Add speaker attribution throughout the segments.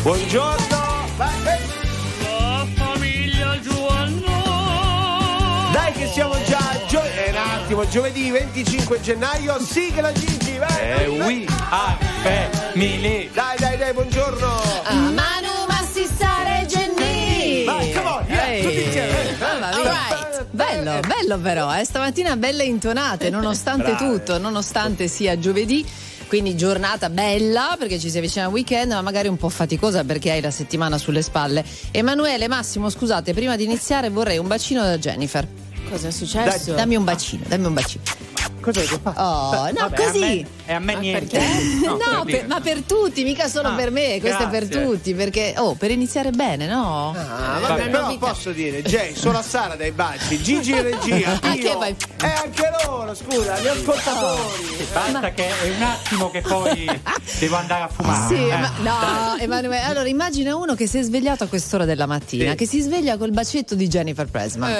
Speaker 1: Buongiorno.
Speaker 2: La famiglia Giovanno.
Speaker 1: Dai che siamo già un attimo, giovedì 25 gennaio, sigla Gigi, vai.
Speaker 3: Family.
Speaker 1: Dai, buongiorno.
Speaker 4: Manu Massissare Genni.
Speaker 1: Vai, come on, tutti insieme.
Speaker 4: Alright. Bello però, stamattina belle intonate, nonostante tutto, nonostante sia giovedì. Quindi giornata bella perché ci si avvicina al weekend, ma magari un po' faticosa perché hai la settimana sulle spalle. Emanuele, Massimo, scusate, prima di iniziare vorrei un bacino da Jennifer.
Speaker 5: Cosa è successo?
Speaker 4: Dammi un bacino.
Speaker 1: Cosa avete fatto?
Speaker 4: Oh, no,
Speaker 3: Vabbè,
Speaker 4: così.
Speaker 3: A me niente.
Speaker 4: Ma per tutti, mica solo per me, questo è per
Speaker 3: grazie.
Speaker 4: tutti, perché per iniziare bene, no?
Speaker 1: Vabbè, però posso dire, Jay, solo a Sara dai baci, Gigi in regia, io, e anche loro, scusa, gli ascoltatori.
Speaker 3: Basta che è un attimo che poi devo andare a fumare.
Speaker 4: Sì, no, Emanuele, allora immagina uno che si è svegliato a quest'ora della mattina, che si sveglia col bacetto di Jennifer Pressman.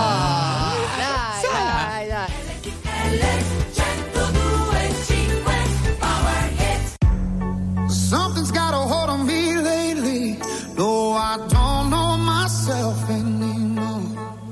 Speaker 4: Dai.
Speaker 6: Something's got a hold on me lately. No, I don't know myself anymore.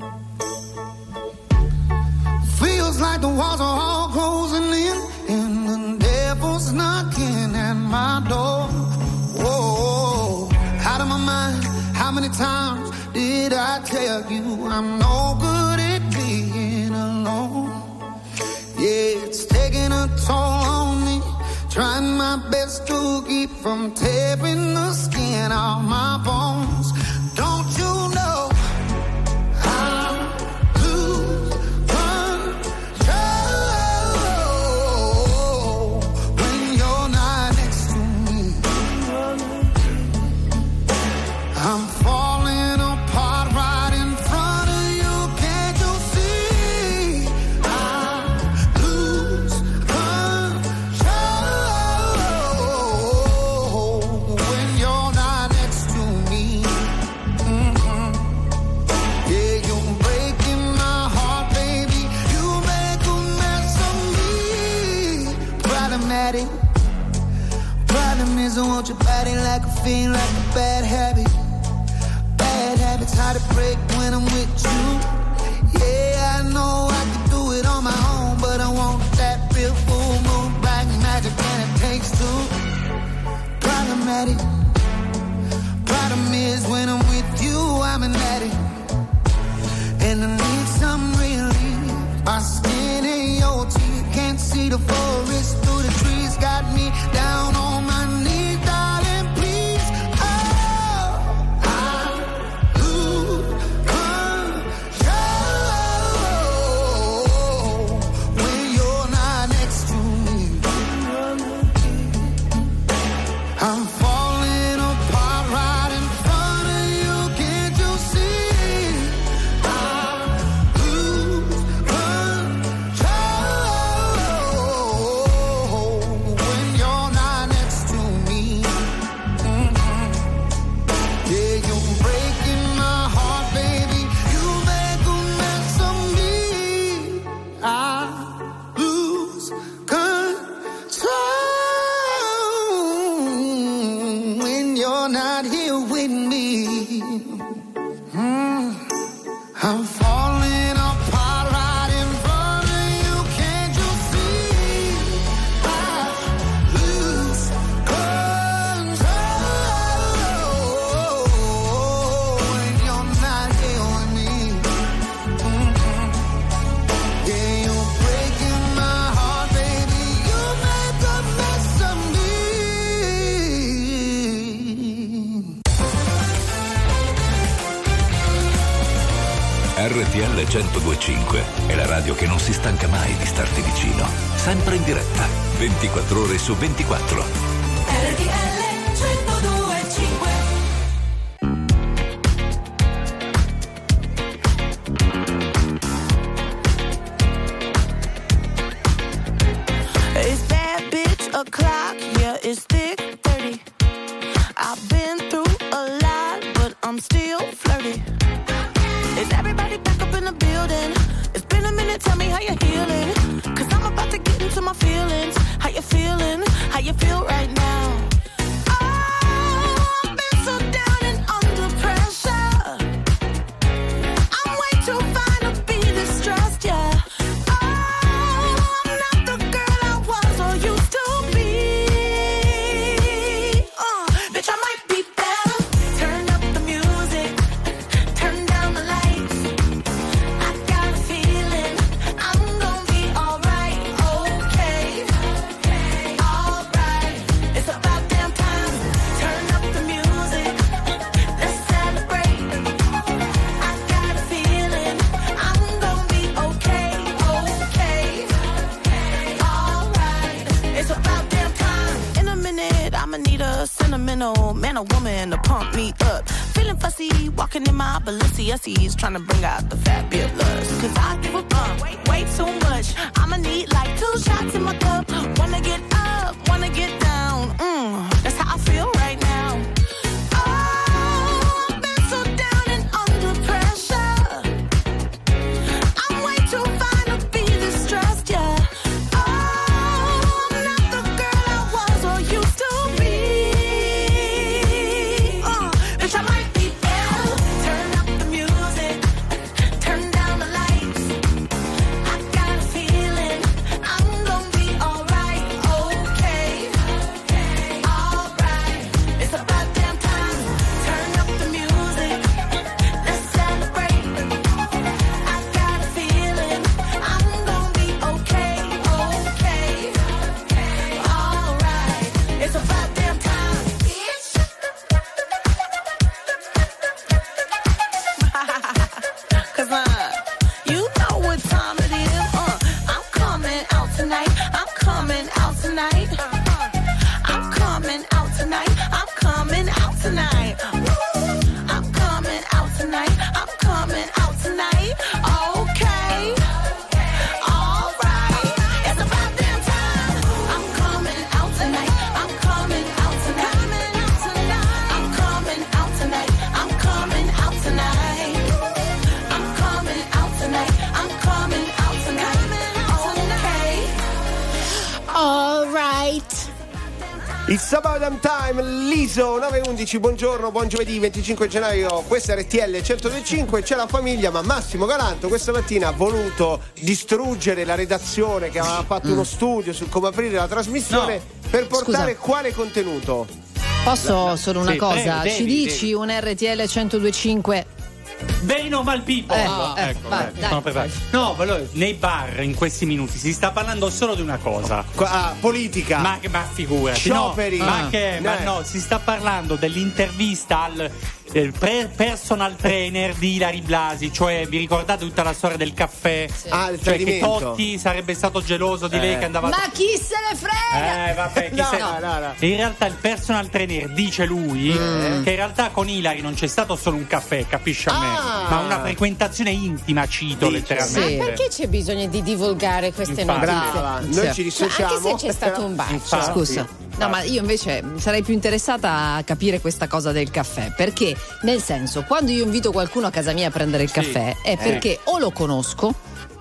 Speaker 6: Feels like the walls are all closing in, and the devil's knocking at my door. Whoa, out of my mind. How many times did I tell you I'm no good at being alone? Yeah, it's taking a toll on me. Trying my best to keep from tearing the skin off my bones. Don't you know I lose control when you're not next to me? I'm falling apart right in front of you. Can't you see? I lose control when you're not next to me. Yeah, you're breaking my heart, baby. You make a mess of me. Problematic. Problem is I want your body like a fiend, like a bad habit. Bad habits hard to break when I'm with you. Yeah, I know I can do it on my own, but I want that real full moon, black magic, and it takes two. Problematic. Problem is when I'm with you, I'm an addict, and I need some relief. My skin and your teeth, can't see the forest through the trees, got me down on my knees, darling, please. Oh, I lose control when you're not next to me. I'm falling apart right in front of you. Can't you see? I lose control when you're not next to me. Yeah, you're breaking my heart, baby. You make a mess of me. I lose control when you're not here with me. I'm falling apart right in front of you. Can't you see? I lose control when you're not here with me. Yeah, you're breaking my heart, baby. You make a mess of me.
Speaker 7: RTL 102.5 è la radio che non si stanca mai di starti vicino, sempre in diretta, 24 ore su 24.
Speaker 8: RTL 102.5.
Speaker 9: It's that bitch o'clock, yeah, it's thick 30. I've been through a lot, but I'm still flirty. Is everybody back up in the building? It's been a minute, tell me how you're healing. Cause I'm about to get into my feelings. How you feeling? How you feel right now? Oh, I've been sentimental man or woman to pump me up. Feeling fussy, walking in my Balenciennes, trying to bring out the fat bit lust. Cause I give a way too much. I'ma need like 2 shots in my cup. Wanna get up, wanna get down. That's how I feel right now. Oh, I've been so down and under pressure. I'm way too fine to be distressed, yeah.
Speaker 1: It's about damn time, l'ISO 9:11, buongiorno, buon giovedì 25 gennaio, questa è RTL 102.5, c'è la famiglia, ma Massimo Galanto questa mattina ha voluto distruggere la redazione che aveva fatto uno studio su come aprire la trasmissione per portare quale contenuto?
Speaker 4: Posso solo una cosa?
Speaker 3: Devi,
Speaker 4: ci dici un RTL 102.5?
Speaker 3: Bene o mal people?
Speaker 4: Ecco, vai,
Speaker 3: sono preparato. No, nei bar in questi minuti si sta parlando solo di una cosa.
Speaker 1: Politica.
Speaker 3: Ma figurati.
Speaker 1: Scioperi.
Speaker 3: No, si sta parlando dell'intervista al personal trainer di Ilary Blasi, cioè vi ricordate tutta la storia del caffè?
Speaker 1: Sì.
Speaker 3: Cioè che Totti sarebbe stato geloso di lei che andava.
Speaker 4: Ma chi se ne frega?
Speaker 3: Vabbè,
Speaker 1: no.
Speaker 3: In realtà il personal trainer dice lui che in realtà con Ilary non c'è stato solo un caffè, capisci a me, ma una frequentazione intima, cito letteralmente.
Speaker 4: Sì.
Speaker 5: Ma perché c'è bisogno di divulgare queste notizie?
Speaker 1: Brava, noi ci dissociamo.
Speaker 5: Anche se c'è stato un bacio.
Speaker 4: Scusa. No, ma io invece sarei più interessata a capire questa cosa del caffè, perché nel senso, quando io invito qualcuno a casa mia a prendere il caffè è perché o lo conosco,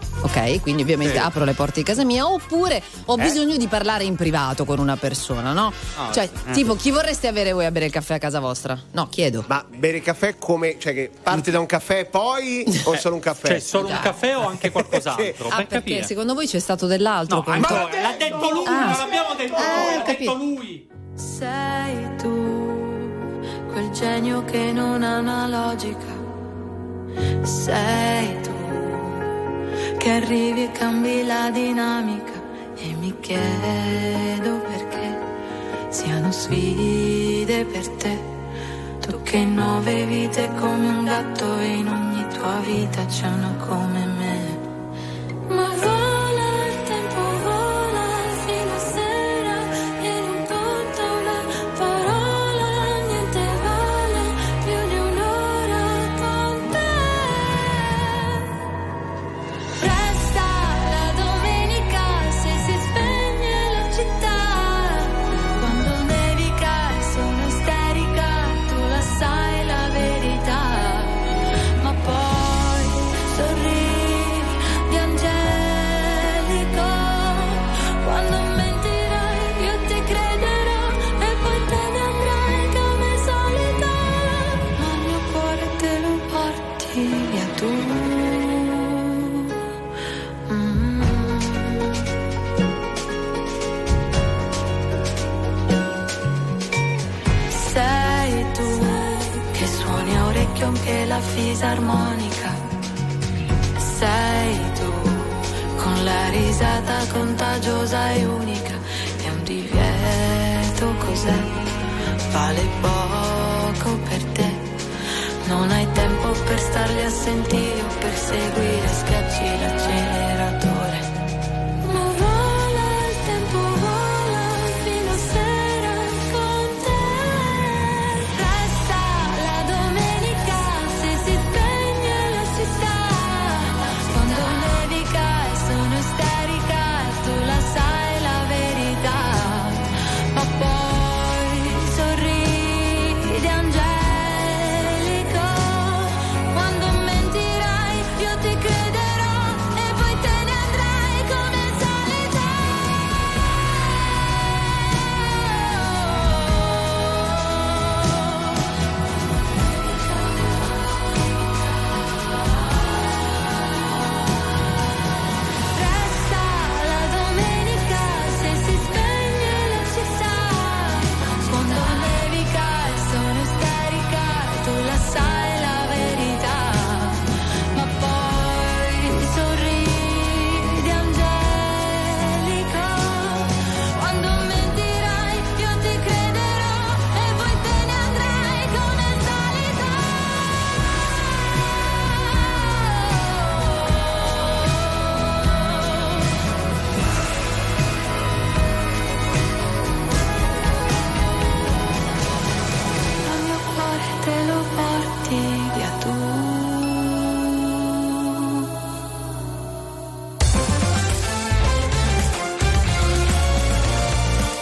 Speaker 4: ok, quindi ovviamente apro le porte di casa mia, oppure ho bisogno di parlare in privato con una persona, no? Tipo, chi vorreste avere voi a bere il caffè a casa vostra? No, chiedo.
Speaker 1: Ma bere caffè come? Cioè che parte da un caffè poi o solo un caffè?
Speaker 3: Cioè solo un caffè o anche qualcos'altro?
Speaker 4: Perché secondo voi c'è stato dell'altro?
Speaker 3: No, l'ha detto lui, non l'abbiamo detto noi, l'ha detto lui.
Speaker 9: Sei tu, quel genio che non ha una logica. Sei tu, che arrivi e cambi la dinamica. E mi chiedo perché siano sfide per te. Tu che 9 vite come un gatto e in ogni tua vita c'è una come me. Ma vola il tempo, vola fino a sera e non conta una parola, niente vale più di un'ora con te. Resta la domenica se si spegne la città, quando nevica sono isterica, tu la sai la verità, ma poi sorridi di angelico, quando mentirai io ti crederò e poi te ne andrai come solita, ma il mio cuore te lo porti via tu. Sei tu che suoni a orecchio anche la fisarmonica. Sei tu con la risata contagiosa e unica. È un divieto, cos'è? Vale poco per te. Non hai tempo per starli a sentire o per seguire, schiacci l'acceleratore. Ma vola il tempo, vola fino a sera con te.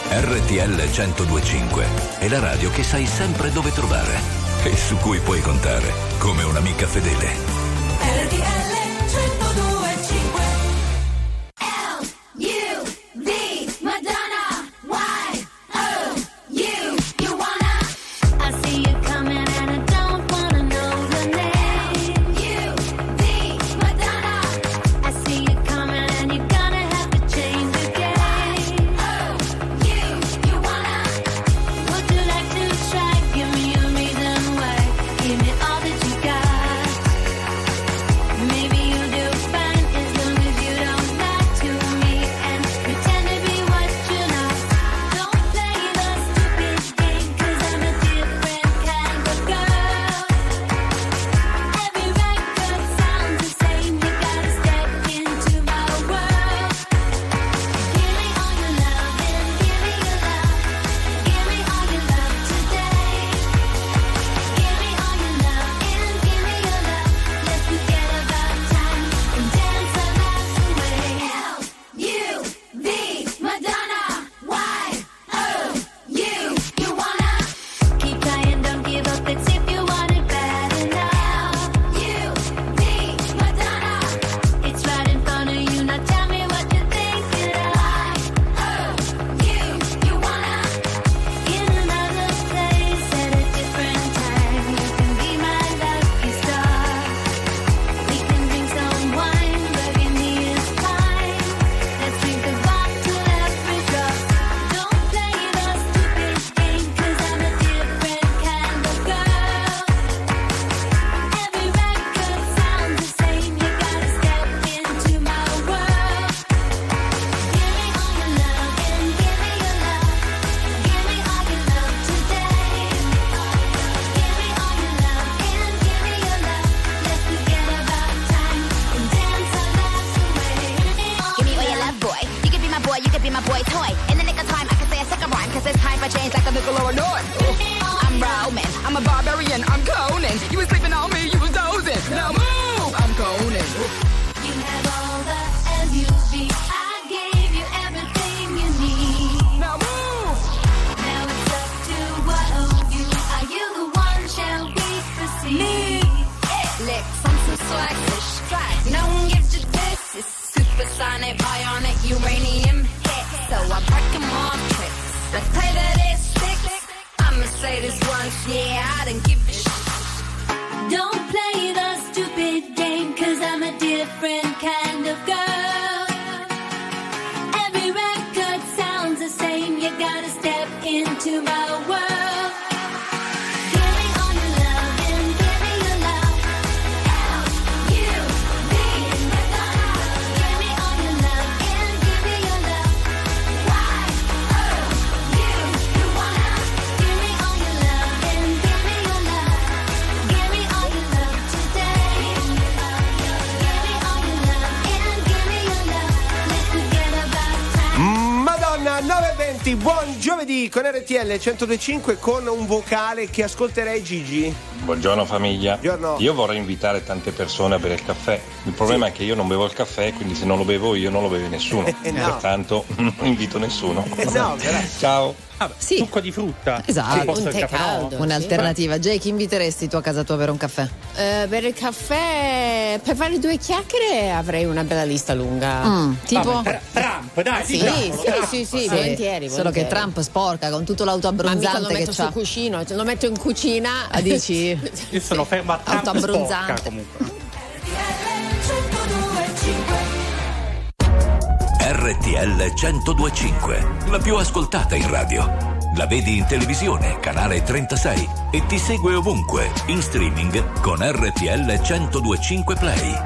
Speaker 7: RTL 102.5 è la radio che sai sempre dove trovare e su cui puoi contare come un'amica fedele.
Speaker 8: RTL 102.5. L-U-V, Madonna, Y-O-U, you wanna? I see you coming and I don't wanna know the name. U-V, Madonna, I see you coming and you're gonna have to change the game. O-U, you wanna? Would you like to try? Give me a reason why. Give me all that you got. Maybe you'll do fine as long as you don't lie to me and pretend to be what you're not. Don't play the stupid game, 'cause I'm a different kind of girl. Every record sounds the same, you gotta step into my world. Give me all your love and give me your love. Give me all your love today. Give me all your love and give me your love. Let's forget about time and dance our lives away. L-U-V, Madonna, Y-O-U, you wanna? Keep trying, don't give up, it's if you want it bad enough. U-V, Madonna, it's right in front of you, now tell me what you think it of. Y-O-U, you wanna? In another place, at a different time, you can be my lucky star. We can drink some wine, burgundy is fine. Let's drink the bottle every drop. Don't play the stupid game, 'cause I'm a different kind of girl. Every record sounds the same, you gotta step into my world. Give me all your love and give me your love. Give me all your love today. Give me all your love and give me your love. Let's forget about time and dance our lives away.
Speaker 10: Give me all your love, boy. You can be my boy, you can be my boy toy. In the nick of time, I can say a second rhyme, 'cause it's time for change like a nickel or a north. I'm Roman, I'm a barbarian, I'm Conan. You was sleeping on me, you was dozing. Now move, I'm Conan.
Speaker 8: You have all the L-U-V. I gave you everything you need.
Speaker 10: Now move.
Speaker 8: Now it's up to what of you. Are you the one? Shall we proceed?
Speaker 10: Licks, I'm some swag fish. No one gives you this. It's supersonic, bionic, uranium hit. So I break 'em off tricks. Let's play that it sticks. I'ma say this once, yeah, I didn't give a shit.
Speaker 8: Don't play the stupid game, 'cause I'm a different kind of girl. Every record sounds the same, you gotta step into my world. Give me all your love and give me your love. L-U-V, Madonna. Give me all your love and give me your love. Y-O-U, you wanna? Give me all your love and give me your love. Give me all your love today. Give me all your love and give me your love. Let's forget about time.
Speaker 1: Madonna, 9:20, buon giovedì con RTL 102.5 con un vocale che ascolterei, Gigi.
Speaker 11: Buongiorno famiglia.
Speaker 1: Buongiorno.
Speaker 11: Io vorrei invitare tante persone a bere il caffè. Il problema è che io non bevo il caffè, quindi se non lo bevo io non lo beve nessuno.
Speaker 1: No.
Speaker 11: Pertanto non invito nessuno.
Speaker 1: No, grazie.
Speaker 11: Ciao.
Speaker 4: Sì.
Speaker 3: Succo di frutta.
Speaker 4: Esatto.
Speaker 3: Al posto
Speaker 5: Un
Speaker 3: del
Speaker 5: tè
Speaker 3: caffè, no?
Speaker 5: caldo.
Speaker 4: Un'alternativa. Jay, chi inviteresti tu a casa tua a bere un caffè?
Speaker 5: Bere il caffè per fare due chiacchiere avrei una bella lista lunga.
Speaker 4: Tipo?
Speaker 3: Vabbè, Trump, dai,
Speaker 5: Sì,
Speaker 3: diciamolo, Trump.
Speaker 5: sì,
Speaker 4: Sì,
Speaker 5: volentieri.
Speaker 4: Solo che Trump sporca con tutto l'auto
Speaker 5: Ma mica lo
Speaker 4: abbronzante che
Speaker 5: metto sul
Speaker 4: c'ha.
Speaker 5: cuscino, lo metto in cucina.
Speaker 4: Ah, dici?
Speaker 3: Io sono fermo a Trump
Speaker 4: Auto abbronzante.
Speaker 3: sporca comunque.
Speaker 7: RTL 102.5, la più ascoltata in radio. La vedi in televisione, canale 36 e ti segue ovunque, in streaming con RTL 102.5 Play.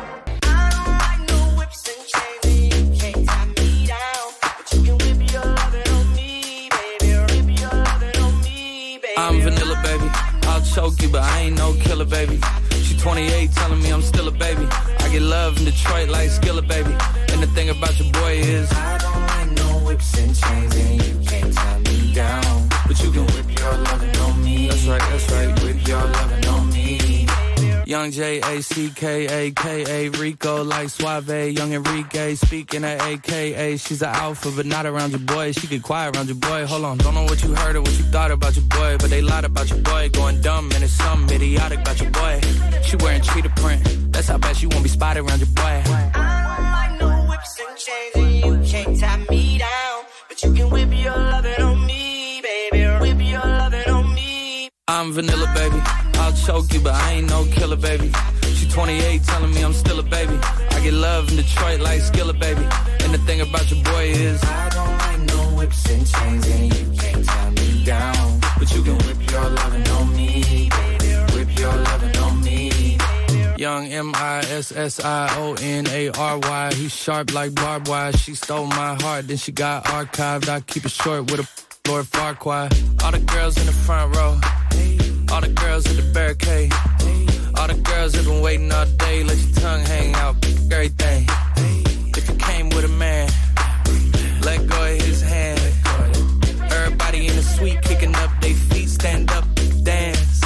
Speaker 12: I'm vanilla, baby. I'll choke you, but I ain't no killer, baby. She 28, telling me I'm still a baby. I get love in Detroit like Skillet, baby. And the thing about your boy is I don't like no whips and chains, and you can't tie me down. But you can whip your lovin' on me. That's right, whip your lovin' on me. Young J-A-C-K-A-K-A, Rico like Suave, Young Enrique, speaking at AKA. She's an alpha, but not around your boy. She get quiet around your boy. Hold on, don't know what you heard or what you thought about your boy, but they lied about your boy. Going dumb, and it's something idiotic about your boy. She wearing cheetah print, that's how bad she won't be spotted around your boy.
Speaker 6: I don't like no whips and chains, and you can't tie me down, but you can whip your lovin' on me, baby. Whip your lovin' on me.
Speaker 12: I'm vanilla, baby. I'll choke you, but I ain't no killer, baby. She 28, telling me I'm still a baby. I get love in Detroit like Skillet, baby. And the thing about your boy is
Speaker 6: I don't like no whips and chains, and you can't tie me down, but you can whip your lovin' on me, baby. Whip your lovin' on me.
Speaker 12: Young M-I-S-S-I-O-N-A-R-Y. He's sharp like barbed wire. She stole my heart, then she got archived. I keep it short with a Lord Farquaad. All the girls in the front row, all the girls in the barricade, all the girls have been waiting all day. Let your tongue hang out, everything. If you came with a man, let go of his hand. Everybody in the suite kicking up their feet, stand up, dance.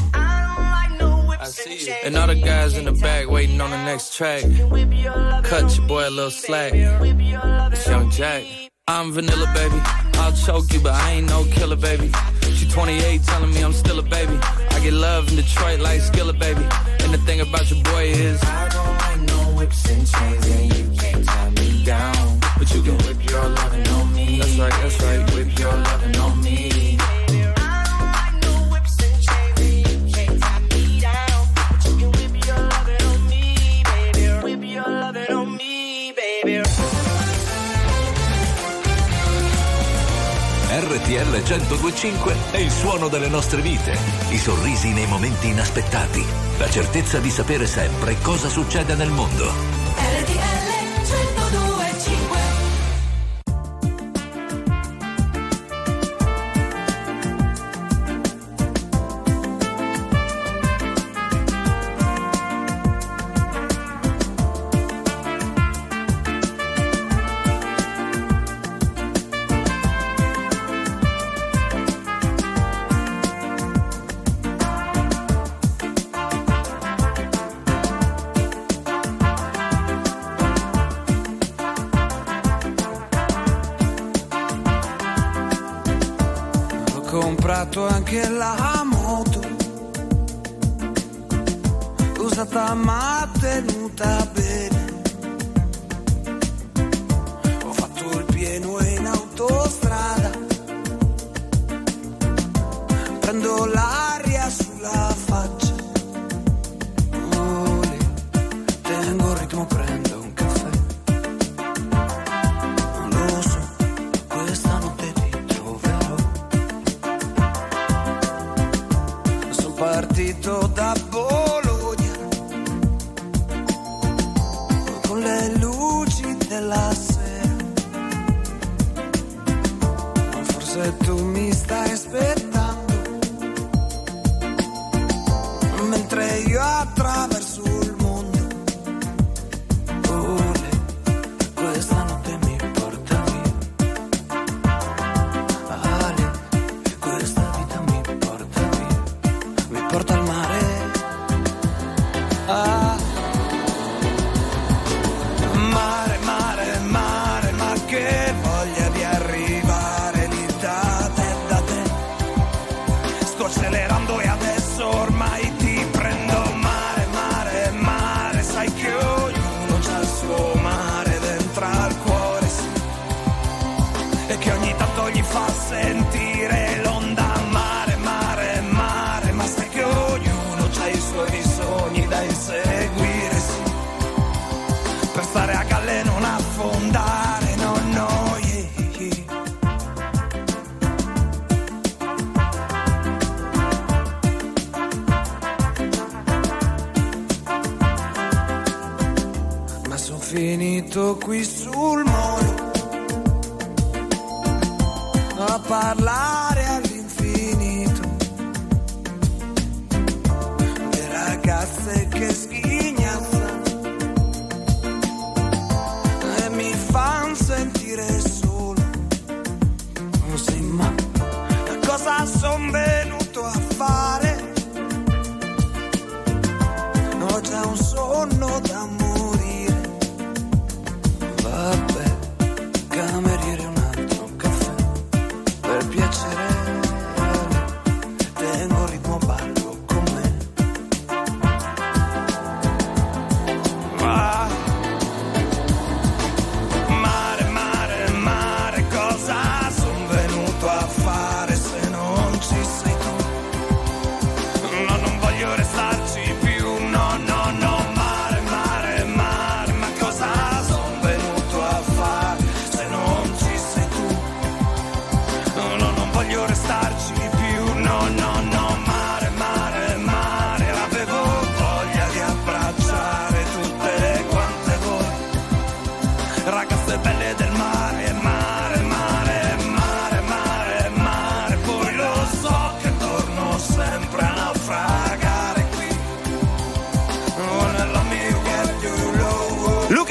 Speaker 12: I see you. And all the guys in the back waiting on the next track. Cut your boy a little slack. It's Young Jack. I'm vanilla, baby. I'll choke you, but I ain't no killer, baby. She 28, telling me I'm still a baby. I get love in Detroit like Skillet, baby. And the thing about your boy is
Speaker 6: I don't like no whips and chains, and you can't tie me down, but you can whip your lovin' on me.
Speaker 12: That's right, that's right.
Speaker 6: Whip your lovin' on me. I don't like no whips and chains, and you can't tie me down, but you can whip your lovin' on me, baby. Whip your lovin' on me, baby.
Speaker 7: RTL 102.5 è il suono delle nostre vite, i sorrisi nei momenti inaspettati, la certezza di sapere sempre cosa succede nel mondo.
Speaker 8: RTL 102.5.
Speaker 13: Anche la moto usata ma tenuta bene, ho fatto il pieno in autostrada, prendo l'aria sulla faccia, oh, tengo il ritmo, prendo un caffè, non lo so, questa notte ti troverò. Partito da Bologna con le luci della sera, ma forse tu mi stai aspettando mentre io attraverso il mondo. Oh, questa notte mi porta via, Ale, questa vita mi porta via, mi porta al mare. Ah. Mare, mare, mare, ma che voglia di arrivare lì da te. Sto accelerando e adesso ormai ti prendo. Mare, mare, mare, sai che ognuno c'ha il suo mare dentro al cuore, sì. E che ogni tanto gli fa sentire l'onda. Mare, mare, mare, ma sai che ognuno c'ha i suoi bisogni da inseguire, sì. Per stare a galla e non affondare, no, no, yeah, yeah. Ma son finito qui sul molo a parlare all'infinito, le ragazze che sghignazzano e mi fan sentire solo. Non sai ma cosa son venuto a fare,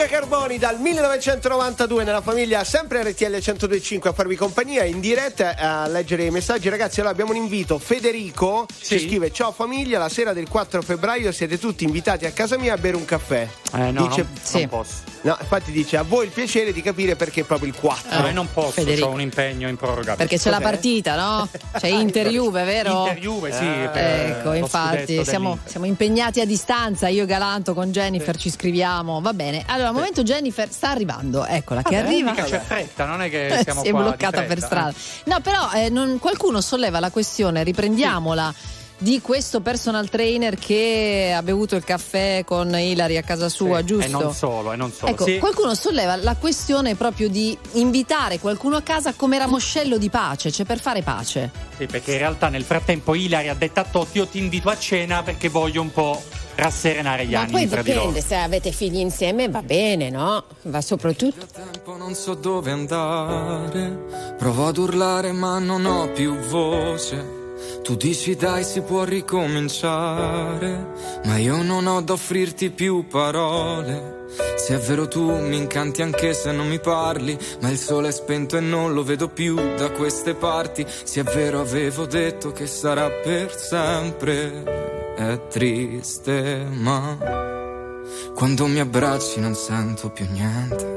Speaker 1: Carboni dal 1992 nella famiglia, sempre RTL 102.5 a farvi compagnia in diretta a leggere i messaggi. Ragazzi, allora abbiamo un invito. Federico ci scrive: ciao famiglia, la sera del 4 febbraio siete tutti invitati a casa mia a bere un caffè.
Speaker 3: No,
Speaker 1: dice,
Speaker 3: non posso.
Speaker 1: No, infatti dice: a voi il piacere di capire perché proprio il 4.
Speaker 3: Non posso,
Speaker 4: Federico.
Speaker 3: ho un impegno improrogabile.
Speaker 4: Perché c'è la partita, no? C'è Inter-Juve, vero?
Speaker 3: Inter-Juve, sì.
Speaker 4: Ecco, infatti siamo impegnati a distanza. Io e Galanto con Jennifer ci scriviamo. Va bene. Allora, al momento Jennifer sta arrivando. Eccola che arriva.
Speaker 3: Mica c'è fretta, non è che siamo
Speaker 4: si è
Speaker 3: qua
Speaker 4: bloccata
Speaker 3: di
Speaker 4: per
Speaker 3: fretta,
Speaker 4: strada. No, però qualcuno solleva la questione, riprendiamola. Di questo personal trainer che ha bevuto il caffè con Ilari a casa sua, giusto?
Speaker 3: E non solo.
Speaker 4: Ecco, qualcuno solleva la questione proprio di invitare qualcuno a casa come ramoscello di pace, cioè per fare pace.
Speaker 3: Sì, perché in realtà nel frattempo Ilari ha detto a Totti: io ti invito a cena perché voglio un po' rasserenare gli animi tra di loro.
Speaker 5: Dipende, se avete figli insieme va bene, no? Va soprattutto.
Speaker 14: Tempo non so dove andare, provo ad urlare ma non ho più voce. Tu dici dai si può ricominciare, ma io non ho da offrirti più parole. Se è vero tu mi incanti anche se non mi parli, ma il sole è spento e non lo vedo più da queste parti. Se è vero avevo detto che sarà per sempre, è triste ma quando mi abbracci non sento più niente.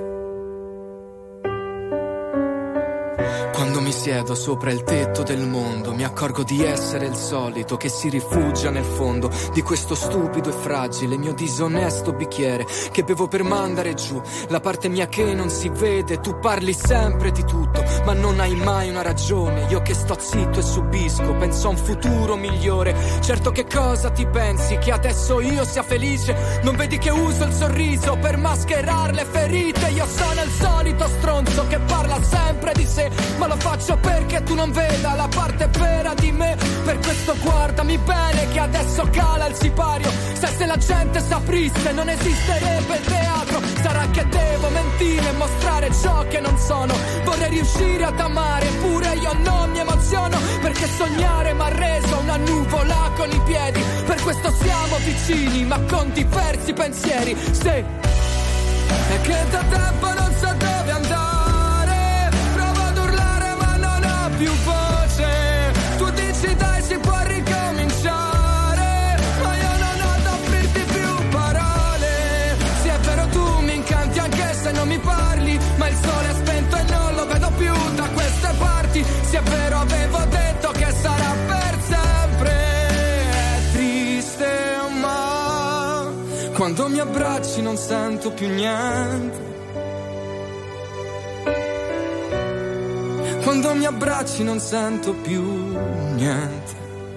Speaker 14: Quando mi siedo sopra il tetto del mondo mi accorgo di essere il solito che si rifugia nel fondo di questo stupido e fragile mio disonesto bicchiere che bevo per mandare giù la parte mia che non si vede. Tu parli sempre di tutto ma non hai mai una ragione. Io che sto zitto e subisco, penso a un futuro migliore. Certo, che cosa ti pensi? Che adesso io sia felice? Non vedi che uso il sorriso per mascherare le ferite? Io sono il solito stronzo che parla sempre di sé, ma lo faccio perché tu non veda la parte vera di me. Per questo guardami bene che adesso cala il sipario. Se la gente saprisse non esisterebbe il teatro. Sarà che devo mentire e mostrare ciò che non sono. Vorrei riuscire ad amare eppure io non mi emoziono, perché sognare m'ha reso una nuvola con i piedi. Per questo siamo vicini ma con diversi pensieri. Sì, è che da tempo non so dove andare, provo ad urlare ma non ho più voce. Tu dici dai si può ricominciare, ma io non ho da offrirti più parole. Sì, è vero tu mi incanti anche se non mi parli, ma il sole è spento e non lo vedo più da queste parti. Sì, è vero avevo detto che sarà per sempre, è triste ma quando mi abbracci non sento più niente. Quando mi abbracci non sento più niente.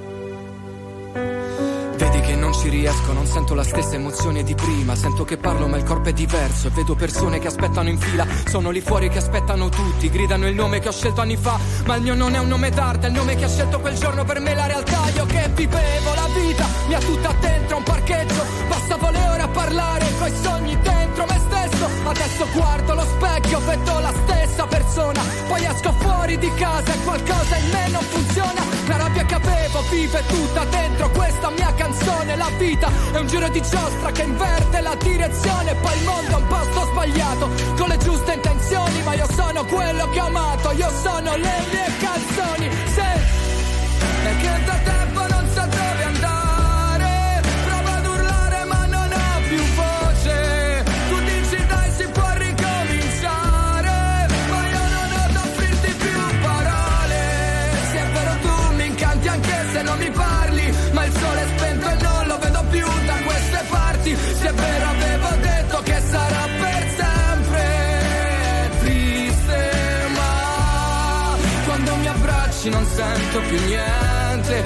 Speaker 14: Vedi che non ci riesco, non sento la stessa emozione di prima. Sento che parlo ma il corpo è diverso e vedo persone che aspettano in fila. Sono lì fuori che aspettano tutti, gridano il nome che ho scelto anni fa, ma il mio non è un nome d'arte, è il nome che ha scelto quel giorno per me la realtà. Io che vivevo la vita, mi ha tutta dentro un parcheggio. Basta voler ora parlare coi sogni dentro me stesso. Adesso guardo lo specchio, vedo la stessa persona. Poi esco fuori di casa e qualcosa in me non funziona. La rabbia che avevo vive tutta dentro questa mia canzone. La vita è un giro di giostra che inverte la direzione. Poi il mondo è un posto sbagliato con le giuste intenzioni, ma io sono quello che ho amato, io sono le mie canzoni. Se è che da tempo non so dove andare, provo ad urlare ma non ho più voce. Tu dici dai si può ricominciare, ma io non ho da offrirti più parole. Se è vero tu mi incanti anche se non mi parli, ma il sole è spento e non lo vedo più da queste parti. Se è vero avevo detto che sarà per sempre, è triste ma quando mi abbracci non sento più niente.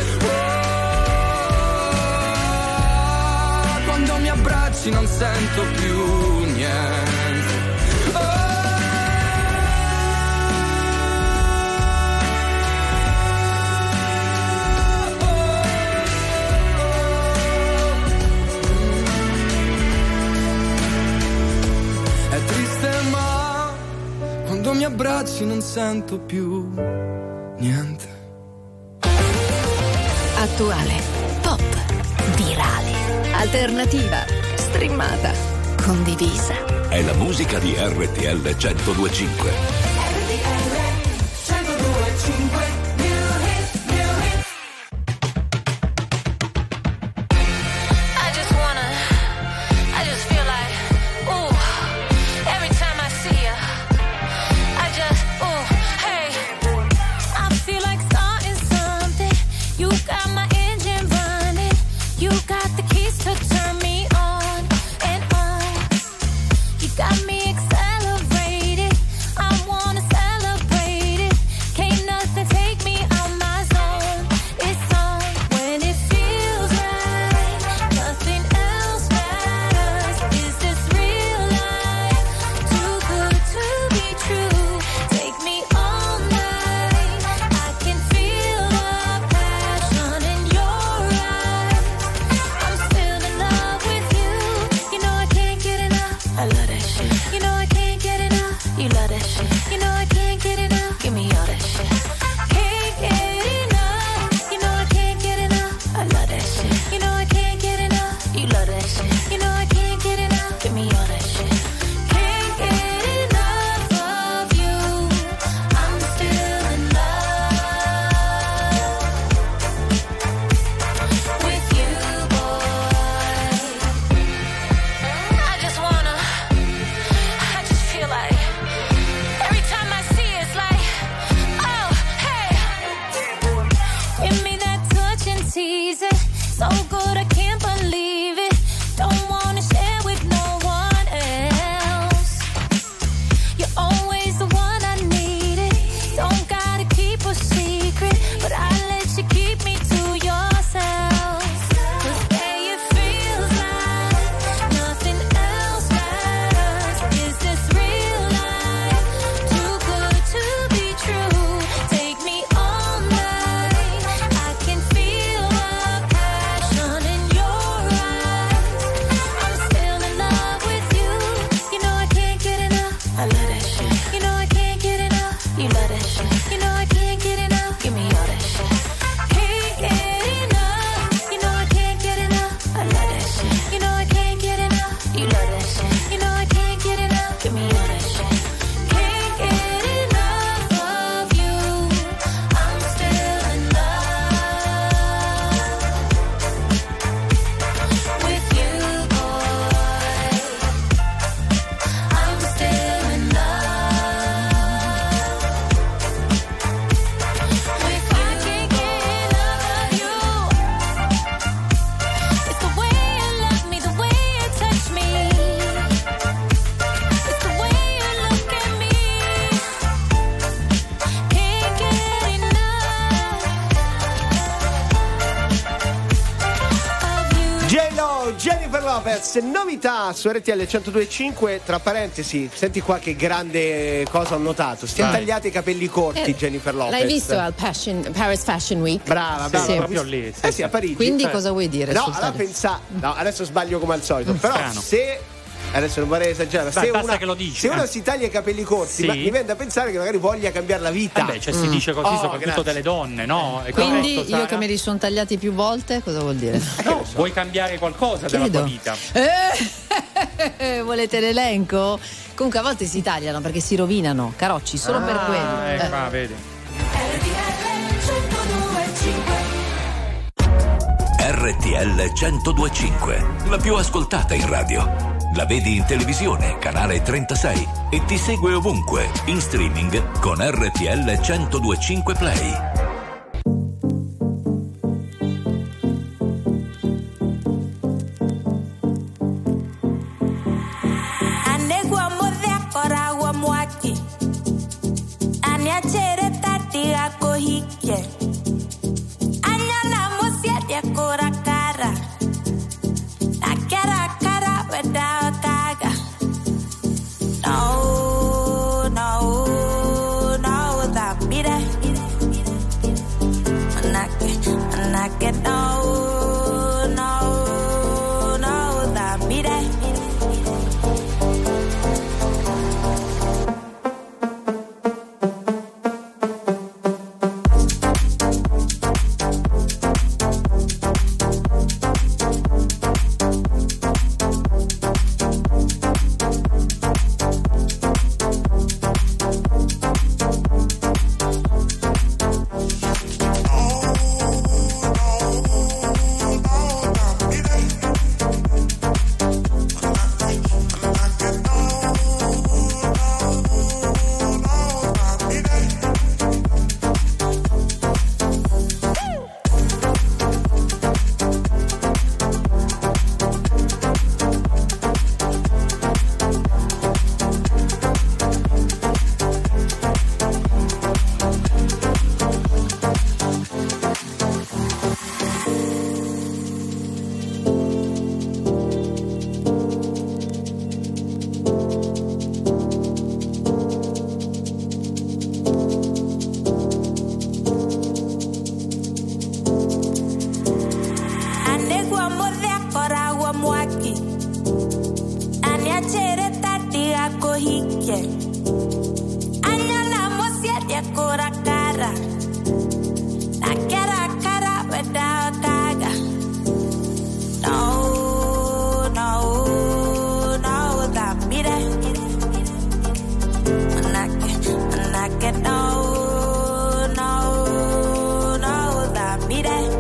Speaker 14: Oh, quando mi abbracci non sento più niente. È triste ma quando mi abbracci non sento più niente.
Speaker 15: Attuale, pop, virale, alternativa, streamata, condivisa.
Speaker 7: è la musica di RTL 102.5.
Speaker 8: Got me accelerated. I wanna celebrate it. Can't nothing take me out my zone. It's on when it feels right. Nothing else matters. Is this real life? Too good to be true. Take me all night. I can feel the passion in your eyes. I'm still in love with you. You know I can't get enough. I love that shit. You know I can't get enough. You love that shit. You know I can't get enough. Give me all that shit. Can't get enough. You know I can't get enough. I love that shit. You know I can't get enough. You love that shit. You know I can't get enough. Give me all that shit. Can't get enough of you. I'm still in love with you, boy. I just feel like every time I see it, it's like, oh, hey. Give me that touch and tease it. So good, I can't believe it. Don't wanna share with no one else. You're always the one I needed. Don't gotta keep a secret, but I let you keep me to yourself. 'Cause babe, it feels like nothing else matters. Is this real life? Too good to be true. Take me all night. I can feel the passion in your eyes. I'm still in love with you. You know I can't get enough. I love that shit. You know I can't get enough. You love that shit. You know I can't get enough. Give me all that shit. Can't get enough. You know I can't get enough. I love that shit. You know I can't get enough. You love that shit. You know I can't get enough. Give me all that shit. Can't get enough of you. I'm still in love with you, boy. I'm still in love with you. I can't get enough of you. It's the way you love me, the way you touch me. It's the way you look at me. Can't get enough of you.
Speaker 1: J-Lo, Jennifer Lopez, novità su RTL 102.5. Tra parentesi, senti qua che grande cosa ho notato. Stiamo
Speaker 5: Vai.
Speaker 1: tagliati i capelli corti, Jennifer Lopez.
Speaker 5: L'hai visto al Paris Fashion Week?
Speaker 1: Brava,
Speaker 5: Sì.
Speaker 1: brava.
Speaker 3: proprio lì, sì,
Speaker 1: Sì, a Parigi.
Speaker 5: Quindi cosa vuoi dire
Speaker 1: No,
Speaker 5: sul
Speaker 1: allora
Speaker 5: taglio?
Speaker 1: no, adesso sbaglio come al solito. Però
Speaker 3: strano.
Speaker 1: se adesso non vorrei esagerare,
Speaker 3: Dai,
Speaker 1: se
Speaker 3: basta
Speaker 1: una,
Speaker 3: che lo dici,
Speaker 1: se uno si taglia i capelli corti,
Speaker 3: Sì.
Speaker 1: ma mi viene da pensare che magari voglia cambiare la vita.
Speaker 3: Vabbè, cioè si dice così
Speaker 1: Oh,
Speaker 3: soprattutto
Speaker 1: grazie.
Speaker 3: delle donne, no? È
Speaker 4: Quindi
Speaker 3: corretto,
Speaker 4: io
Speaker 3: Sara?
Speaker 4: che me li sono tagliati più volte, cosa vuol dire?
Speaker 3: No, vuoi cambiare qualcosa della tua
Speaker 4: Chiedo.
Speaker 3: vita?
Speaker 4: Volete l'elenco? Comunque a volte si tagliano perché si rovinano, carocci, solo per quello.
Speaker 3: Ecco, vedi.
Speaker 7: RTL 102.5, la più ascoltata in radio. La vedi in televisione, canale 36 e ti segue ovunque, in streaming con RTL 102.5 Play.
Speaker 16: Anegua modea koragua mwaki. Aniachere tati ako hike. Anyana mosia dia kora kara. Akara kara weda kaga. No, no, no, that be that. Manake, no, no, no, that be that. hike. Anyala mosia dia kora kara. Nakera kara without kaga. No, no, no, that me there. Manake, no, no, no, that me there.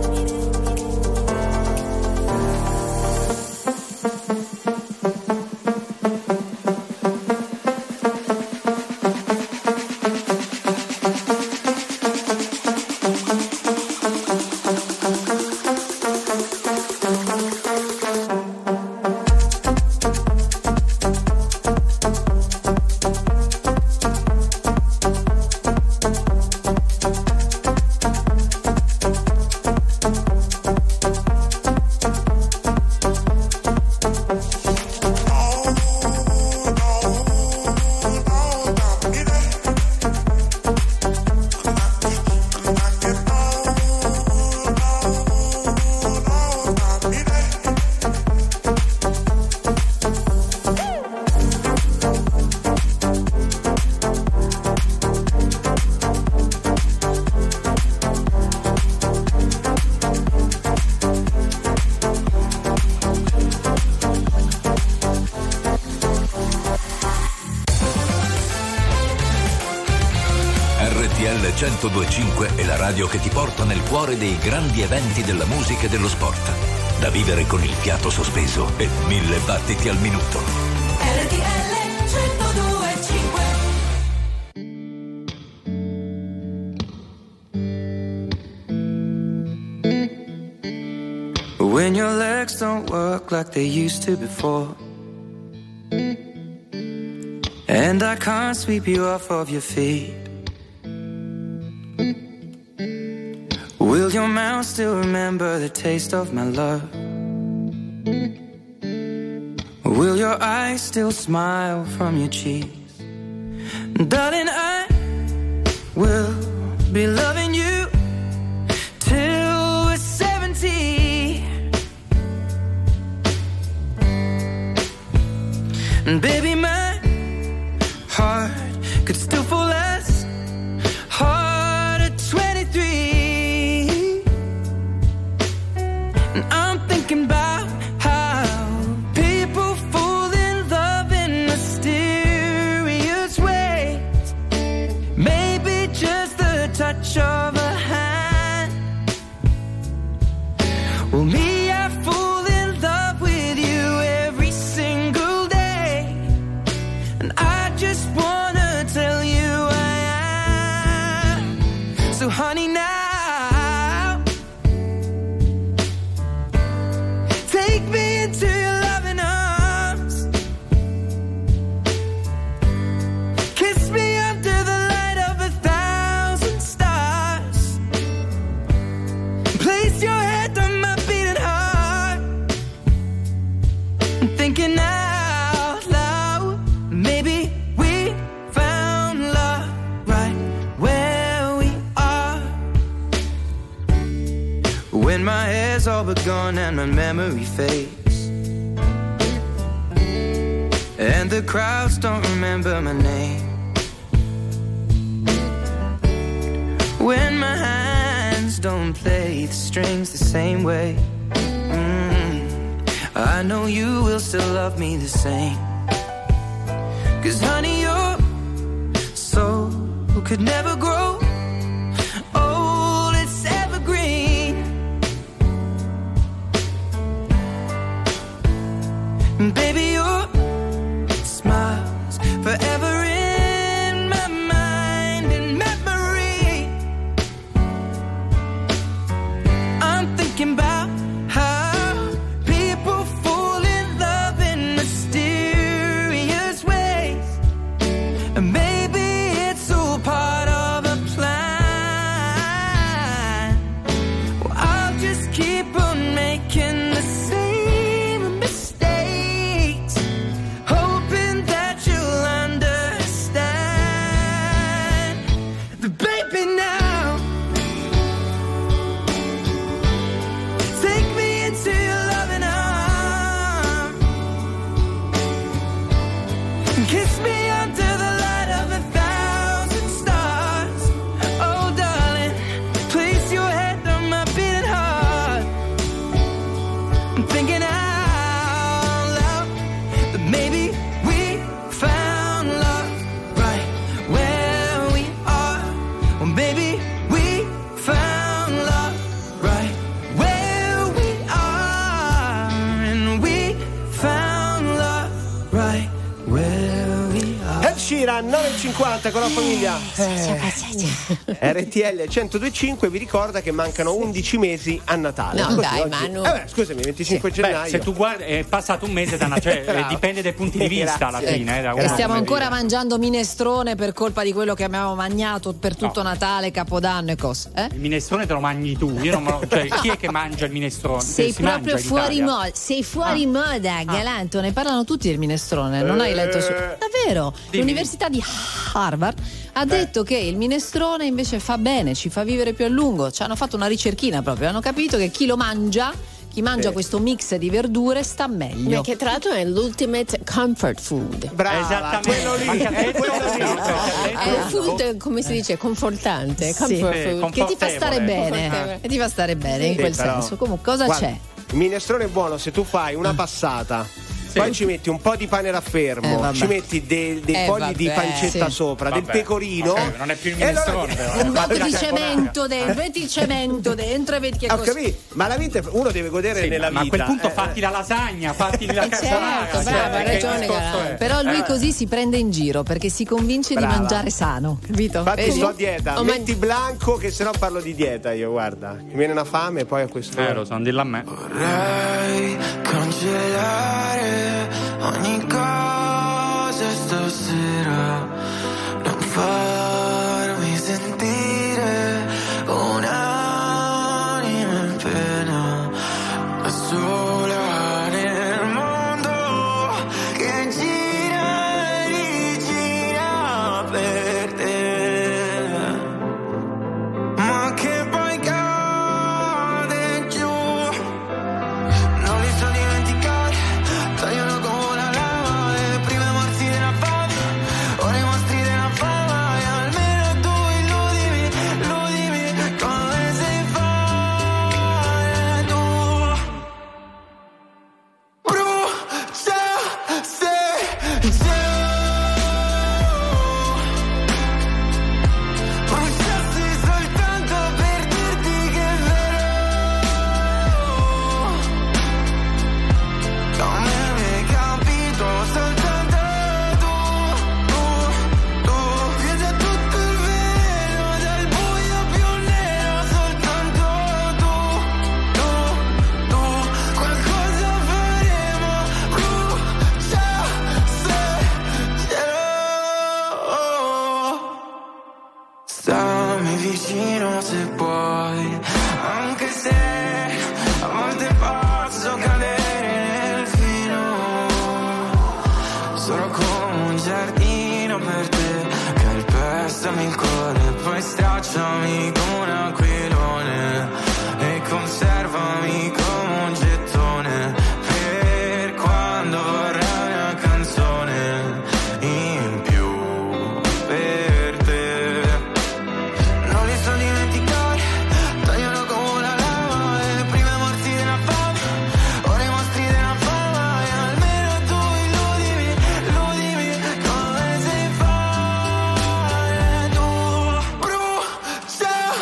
Speaker 7: RTL 102.5 è la radio che ti porta nel cuore dei grandi eventi della musica e dello sport. Da vivere con il fiato sospeso e 1000 battiti al minuto.
Speaker 8: RTL 102.5.
Speaker 17: When your legs don't work like they used to before, and I can't sweep you off of your feet, will your mouth still remember the taste of my love? Will your eyes still smile from your cheeks? Darling, I will be loving you till we're 70. And baby, my heart could still fall as hard at 23. And I'm thinking about how people fall in love in mysterious ways. Maybe just the touch of a hand. Well, me, I fall in love with you every single day. And I just wanna tell you I am. So honey, now take me into your loving arms. Kiss me under the light of 1,000 stars. Place your head on my beating heart. I'm thinking out loud, maybe we found love right where we are. When my hair's all but gone and my memory fades, and the crowds don't remember my name, when my hands don't play the strings the same way, I know you will still love me the same. 'Cause honey, your soul could never grow old, it's evergreen. And baby, your smile's forever in my mind and memory. I'm thinking about how people fall in love in mysterious ways. And maybe it's all part of a
Speaker 1: 9.50 con la famiglia. RTL 102.5 vi ricorda che mancano 11 mesi a Natale.
Speaker 5: No,
Speaker 1: Così
Speaker 5: dai,
Speaker 1: oggi-
Speaker 5: Manu.
Speaker 1: Scusami, 25
Speaker 3: Beh,
Speaker 1: gennaio.
Speaker 3: se tu guardi, è passato un mese da Natale, cioè, dipende dai punti di vista alla
Speaker 1: Grazie.
Speaker 3: fine. Da
Speaker 4: E
Speaker 3: uno
Speaker 4: stiamo
Speaker 3: come
Speaker 4: ancora
Speaker 3: dire.
Speaker 4: mangiando minestrone per colpa di quello che abbiamo mangiato per tutto Natale, Capodanno e cose.
Speaker 3: Il minestrone te lo mangi tu, io non me lo- cioè, chi è che mangia il minestrone?
Speaker 4: Sei
Speaker 3: Si
Speaker 4: proprio
Speaker 3: mangia in
Speaker 4: fuori
Speaker 3: Italia?
Speaker 4: moda, sei fuori moda, Galanto. Ne parlano tutti del minestrone. Non hai letto su. Davvero?
Speaker 3: Dimmi.
Speaker 4: L'università di Harvard ha detto che il minestrone invece fa bene, ci fa vivere più a lungo. Ci hanno fatto una ricerchina proprio, hanno capito che chi lo mangia, chi mangia questo mix di verdure sta meglio.
Speaker 5: Perché tra l'altro è l'ultimate comfort food.
Speaker 1: Brava,
Speaker 3: Esattamente.
Speaker 1: quello lì,
Speaker 3: Manca
Speaker 1: è quello lì.
Speaker 5: È un food, come si dice, confortante.
Speaker 4: Sì,
Speaker 5: Comfort food.
Speaker 4: che ti fa stare bene.
Speaker 5: Confortevole.
Speaker 4: E ti fa stare bene in
Speaker 1: Sì,
Speaker 4: quel
Speaker 1: però,
Speaker 4: senso. Comunque, cosa
Speaker 1: guarda,
Speaker 4: c'è?
Speaker 1: Il minestrone è buono se tu fai una passata. Poi ci metti un po' di pane raffermo,
Speaker 4: vabbè.
Speaker 1: ci metti dei fogli di
Speaker 4: vabbè,
Speaker 1: pancetta
Speaker 4: sì.
Speaker 1: sopra, del
Speaker 3: Vabbè,
Speaker 1: pecorino.
Speaker 3: ok, non è più il
Speaker 1: E allora-
Speaker 3: minestrone, però.
Speaker 4: Un
Speaker 3: Fatti
Speaker 4: botto
Speaker 3: la
Speaker 4: di
Speaker 3: carbonara.
Speaker 4: cemento dentro, metti il cemento dentro e vedi che
Speaker 1: Ho
Speaker 4: cosa.
Speaker 1: capito, ma la vita uno deve godere
Speaker 3: Sì,
Speaker 1: nella
Speaker 3: ma a
Speaker 1: vita.
Speaker 3: quel punto fatti la lasagna, fatti la carbonara.
Speaker 5: certo, brava, hai
Speaker 3: che
Speaker 5: ragione,
Speaker 3: discorso è?
Speaker 5: Galanto.
Speaker 4: Però lui così si prende in giro perché si convince
Speaker 1: Brava.
Speaker 4: di mangiare sano, capito?
Speaker 1: Infatti
Speaker 4: Vedi?
Speaker 1: sto a dieta,
Speaker 5: Oh, ma-
Speaker 1: metti blanco che sennò parlo di dieta io, guarda. Mi viene una fame e poi a questo.
Speaker 3: Lo so, dillo a me.
Speaker 13: Vorrei cancellare ogni cosa stasera, non farmi sentire un'anima in pena, da sola nel mondo che gira e rigira per te, ma che poi cade giù. Non li so dimenticare, tagliano come la lava, le prime morsi della fame, ora i mostri della fama, e almeno tu illudimi, illudimi, come sei fare tu. Brucia se bruciassi soltanto per dirti che è vero. Non mi hai capito, soltanto tu chiudi a tutto il velo dal buio più nero, soltanto tu, qualcosa faremo, brucia se stammi vicino se puoi, anche se a volte posso cadere nel fino. Sono come un giardino per te, calpestami il cuore, poi stracciami come un aquilone e conservami come un gettone per quando vorrai una canzone in più per te. Non li so dimenticare, tagliano come la lava, le prime morsi della fame, ora i mostri della fama, e almeno tu illudimi, illudimi, come sei fare tu. Brucia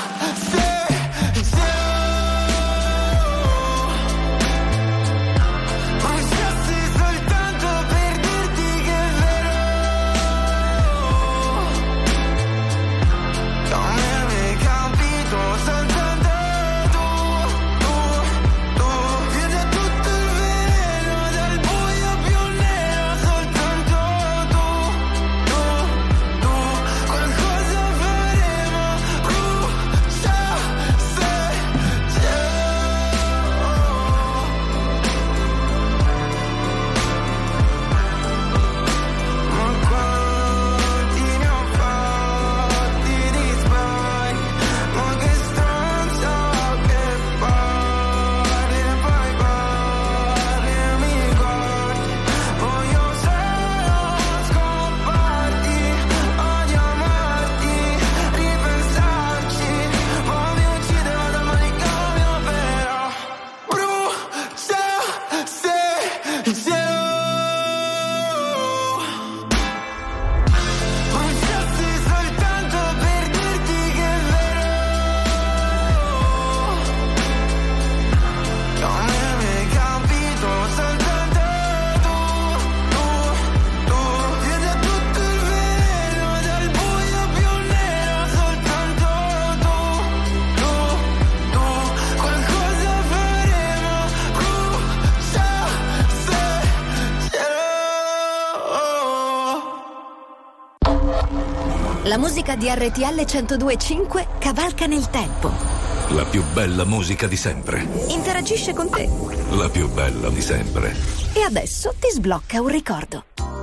Speaker 15: La musica di RTL 102.5 cavalca nel tempo.
Speaker 7: La più bella musica di sempre.
Speaker 15: Interagisce con te.
Speaker 7: La più bella di sempre.
Speaker 15: E adesso ti sblocca un ricordo.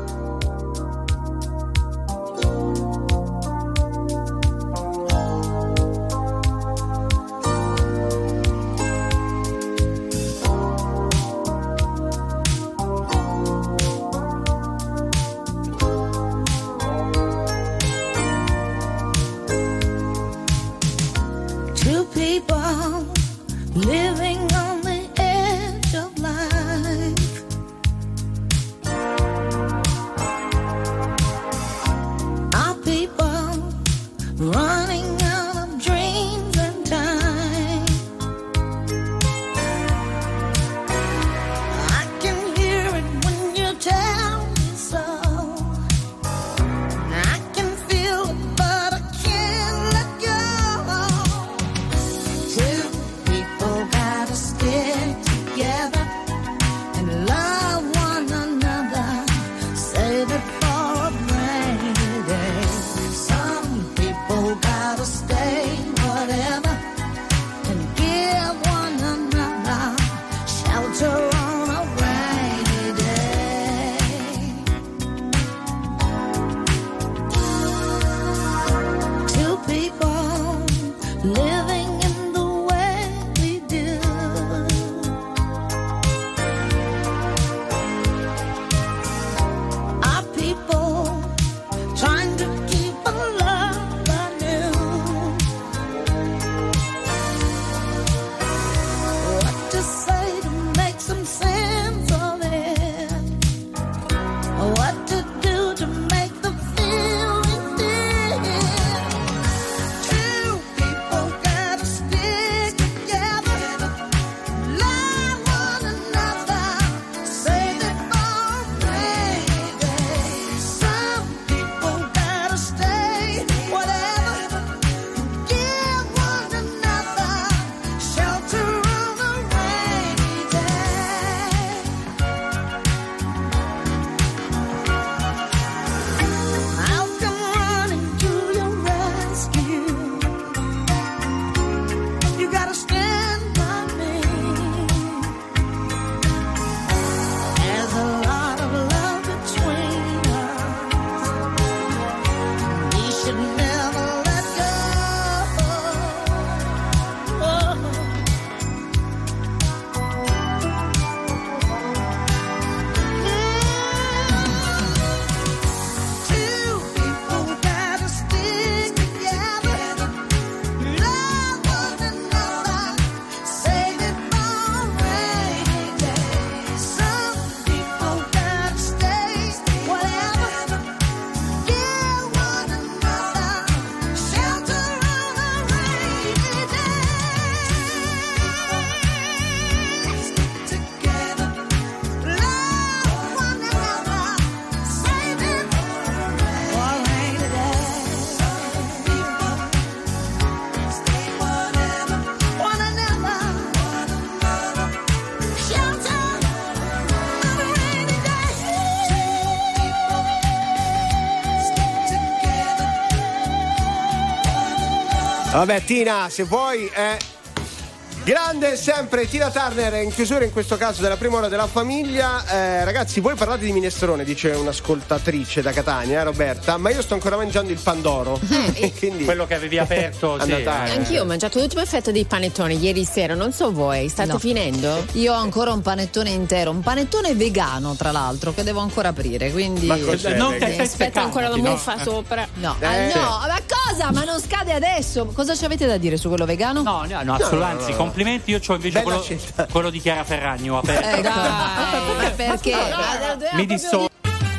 Speaker 9: Two people living on the edge of life. Our people running out of dreams and time. I can hear it when you tell me so. I can feel it, but I can't let go. Two people gotta stick together and love one another. Save it for a rainy day. Some people gotta stay whatever and give one another shelter on a rainy day. Two people living in the way we do. Our people trying to keep a love anew. What to say to make some sense of it? What to do to make the feeling fit? Two people gotta stick together, love one another, save it for a rainy day. Some people gotta stay whatever, give one another shelter on a rainy day. I'll come running to your rescue. You gotta stand by me. There's a lot of love between us. We should never let go. Two people gotta stick together, love one another, save it for a rainy day. Some people gotta stay whatever, give one another shelter on a rainy day. Stick together, love one another, save it for a rainy day. Some people stay whatever, one another, shelter on a rainy day. Stick together.
Speaker 1: Vabbè, Tina, se vuoi, grande sempre Tina Turner in chiusura in questo caso della prima ora della famiglia. Ragazzi, voi parlate di minestrone, dice un'ascoltatrice da Catania, Roberta, ma io sto ancora mangiando il pandoro. Quindi
Speaker 3: Quello che avevi aperto,
Speaker 1: a
Speaker 3: sì.
Speaker 1: Natale.
Speaker 5: Anch'io ho mangiato l'ultimo effetto dei panettoni ieri sera, non so voi, state
Speaker 4: No.
Speaker 5: finendo?
Speaker 4: Io ho ancora un panettone intero, un panettone vegano tra l'altro, che devo ancora aprire, quindi
Speaker 1: Ma cos'è?
Speaker 3: Non
Speaker 1: vegano?
Speaker 3: che
Speaker 5: Aspetta ancora la muffa sopra.
Speaker 4: no,
Speaker 1: Sì.
Speaker 4: no, ma cosa? Ma non scade adesso. Cosa ci avete da dire su quello vegano?
Speaker 3: No, assolutamente, anzi, complimenti. Io c'ho invece
Speaker 1: Bella
Speaker 3: quello,
Speaker 1: scelta.
Speaker 3: quello di Chiara Ferragni, ho aperto.
Speaker 4: Ecco. Ma perché?
Speaker 3: Mi dissocio.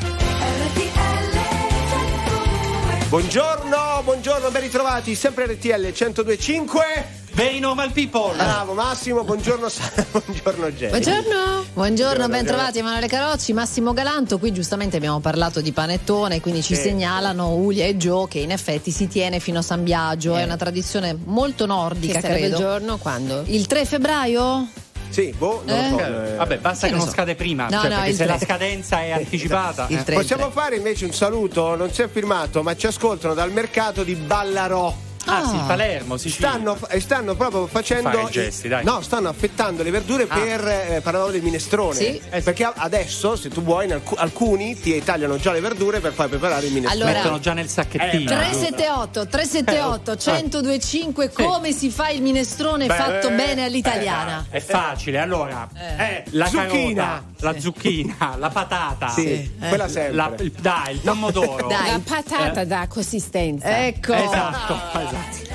Speaker 1: Buongiorno, ben ritrovati, sempre RTL 102.5.
Speaker 3: Very normal people.
Speaker 1: Bravo Massimo, buongiorno Sara, buongiorno Jenny.
Speaker 4: Buongiorno, ben trovati Emanuele Carocci, Massimo Galanto. Qui giustamente abbiamo parlato di panettone, quindi ci segnalano Ulia e Gio che in effetti si tiene fino a San Biagio, è una tradizione molto nordica,
Speaker 5: Che sarebbe
Speaker 4: credo.
Speaker 5: il giorno quando?
Speaker 4: Il 3 febbraio?
Speaker 1: Sì, non lo so.
Speaker 3: Vabbè, basta che non scade prima,
Speaker 4: No,
Speaker 3: cioè,
Speaker 4: no,
Speaker 3: perché
Speaker 4: il
Speaker 3: se la
Speaker 4: 3.
Speaker 3: scadenza è anticipata.
Speaker 4: Il 3.
Speaker 1: Possiamo fare invece un saluto, non si è firmato, ma ci ascoltano dal mercato di Ballarò.
Speaker 3: Sì, Palermo, Sicilia.
Speaker 1: Stanno proprio facendo
Speaker 3: Fare i gesti, dai.
Speaker 1: No, stanno affettando le verdure per parlavamo del minestrone.
Speaker 4: Sì.
Speaker 1: Perché adesso, se tu vuoi, alcuni ti tagliano già le verdure per far preparare il minestrone.
Speaker 4: Allora,
Speaker 3: mettono già nel sacchettino.
Speaker 4: 378 1025 come si fa il minestrone fatto bene all'italiana?
Speaker 3: È facile, allora la
Speaker 1: zucchina.
Speaker 3: carota, la zucchina, la patata,
Speaker 1: quella sempre.
Speaker 3: il pomodoro.
Speaker 5: La patata dà consistenza.
Speaker 4: Ecco.
Speaker 3: Esatto.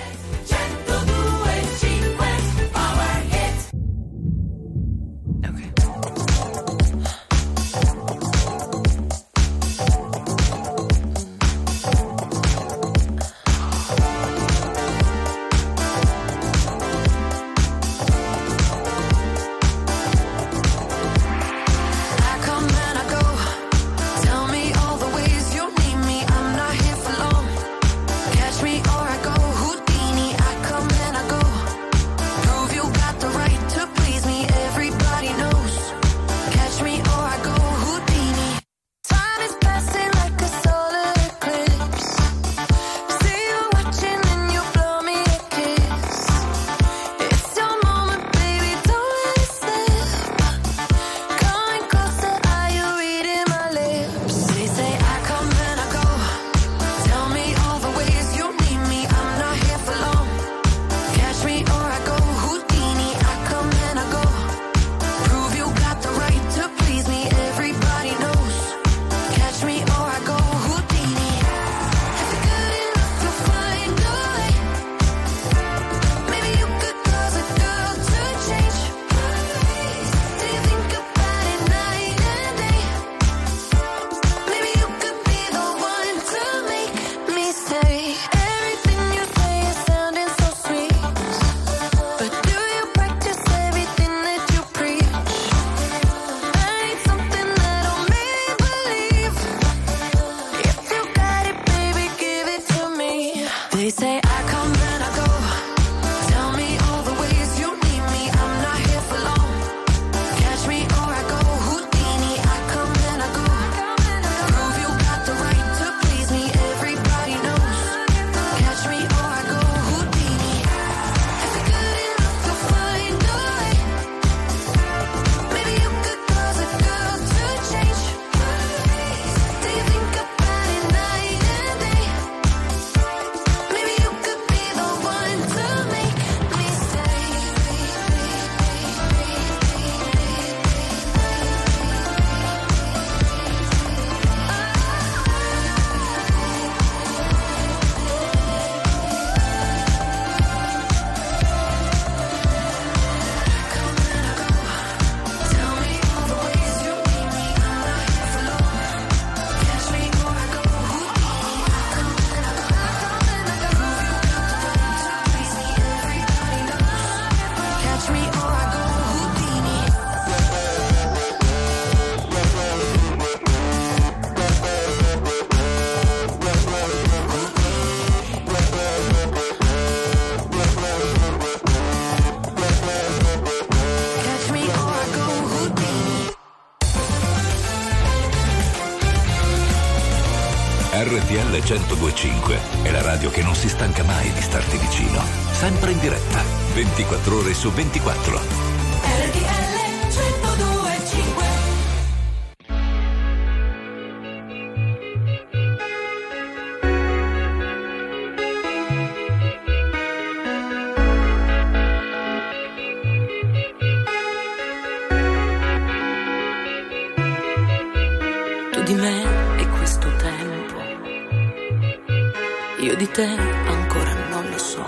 Speaker 7: RTL 102.5 è la radio che non si stanca mai di starti vicino. Sempre in diretta, 24 ore su 24.
Speaker 8: RTL 102.5.
Speaker 18: Tu di me e questo tempo, io di te ancora non lo so.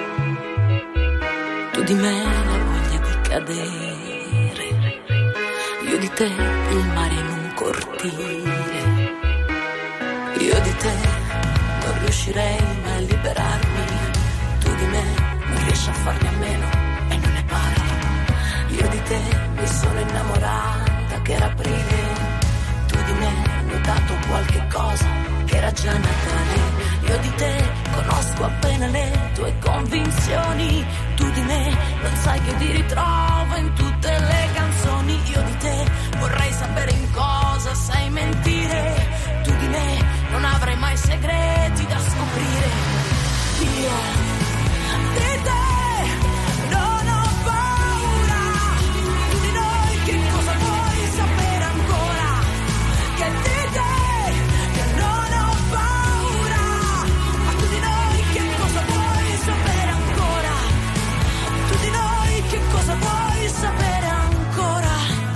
Speaker 18: Tu di me la voglia di cadere, io di te il mare in un cortile. Io di te non riuscirei mai a liberarmi, tu di me non riesci a farne a meno e non ne parli. Io di te mi sono innamorata che era aprile, tu di me mi hai dato qualche cosa che era già Natale. Io di te conosco appena le tue convinzioni, tu di me non sai che ti ritrovo in tutti
Speaker 9: tutte le canzoni. Io di te vorrei sapere in cosa sai mentire. Tu di me non avrai mai segreti da scoprire. Io di te non ho paura. Tu di noi che cosa vuoi sapere ancora? Che di te che non ho paura. Ma tu di noi che cosa vuoi sapere ancora? Tu di noi che cosa vuoi sapere ancora?